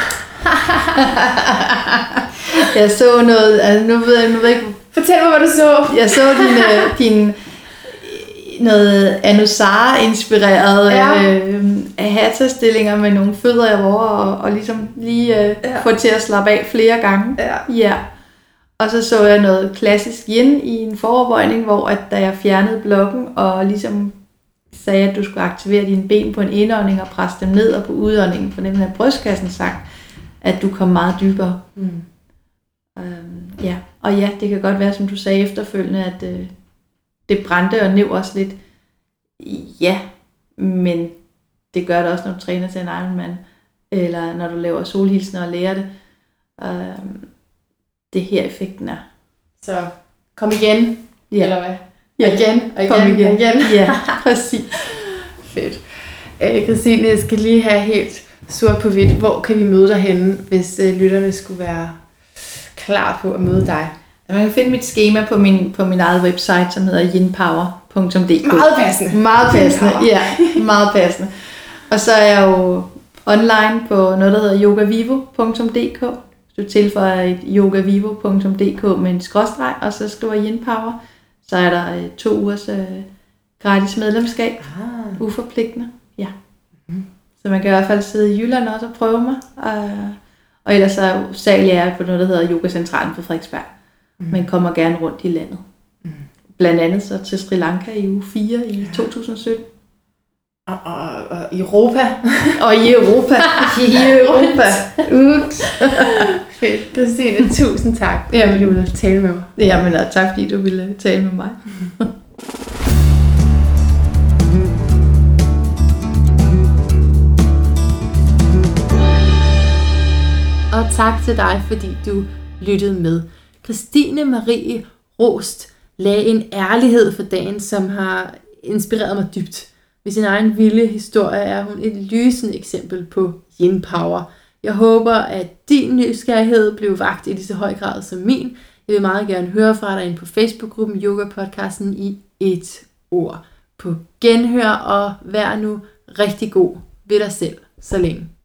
Jeg så noget, altså nu ved jeg, nu ved jeg ikke, Fortæl mig, hvad du så. jeg så din, øh, din noget Anusara-inspireret Ja. øh, hatha-stillinger med nogle fødder over og, og ligesom lige øh, Ja. få til at slappe af flere gange. Ja. Ja. Og så så jeg noget klassisk yin i en foroverbøjning, hvor at da jeg fjernede blokken og ligesom sagde, at du skulle aktivere dine ben på en indånding og presse dem ned, og på udåndingen for nemlig brystkassen sagt, at du kom meget dybere. Mm. Øhm, ja, og ja, det kan godt være, som du sagde efterfølgende, at øh, det brændte og næv også lidt. Ja, men det gør det også, når du træner til en Ironman, eller når du laver solhilsner og lærer det. Øhm, det er her effekten er. Så kom igen, Ja. eller hvad? Ja. Og igen, og igen, Kom igen. og igen. Ja, præcis. Fedt. Øh, Christine, jeg skal lige have helt sort på hvidt. Hvor kan vi møde dig henne, hvis øh, lytterne skulle være klar på at møde dig? Man kan finde mit schema på min, på min eget website, som hedder yin power punktum d k. Meget passende. Meget passende, Yin power. ja, meget passende. Og så er jeg jo online på noget, der hedder yogavivo punktum d k. Hvis du tilføjer et yogavivo punktum d k med en skråstreg, og så skriver yin power, så er der øh, to ugers øh, gratis medlemskab, Ah. uforpligtende. Ja. Mm. Så man kan i hvert fald sidde i Jylland også og prøve mig. Og, og ellers så særlig er jeg på noget, der hedder Yogacentralen på Frederiksberg. Mm. Men kommer gerne rundt i landet. Mm. Blandt andet så til Sri Lanka i uge fire i ja. to tusind sytten. Og, og, og Europa. Og i Europa. I Europa. Ups. Fedt. Christine, tusind tak, fordi du ville tale med mig. Jamen, og tak fordi du ville tale med mig. Og tak til dig, fordi du lyttede med. Christine Marie Rost lagde en ærlighed for dagen, som har inspireret mig dybt. Med sin egen vilde historie er hun et lysende eksempel på yin power. Jeg håber, at din nysgerrighed blev vakt i lige så høj grad som min. Jeg vil meget gerne høre fra dig ind på Facebook-gruppen Yoga-podcasten i et ord. På genhør, og vær nu rigtig god ved dig selv så længe.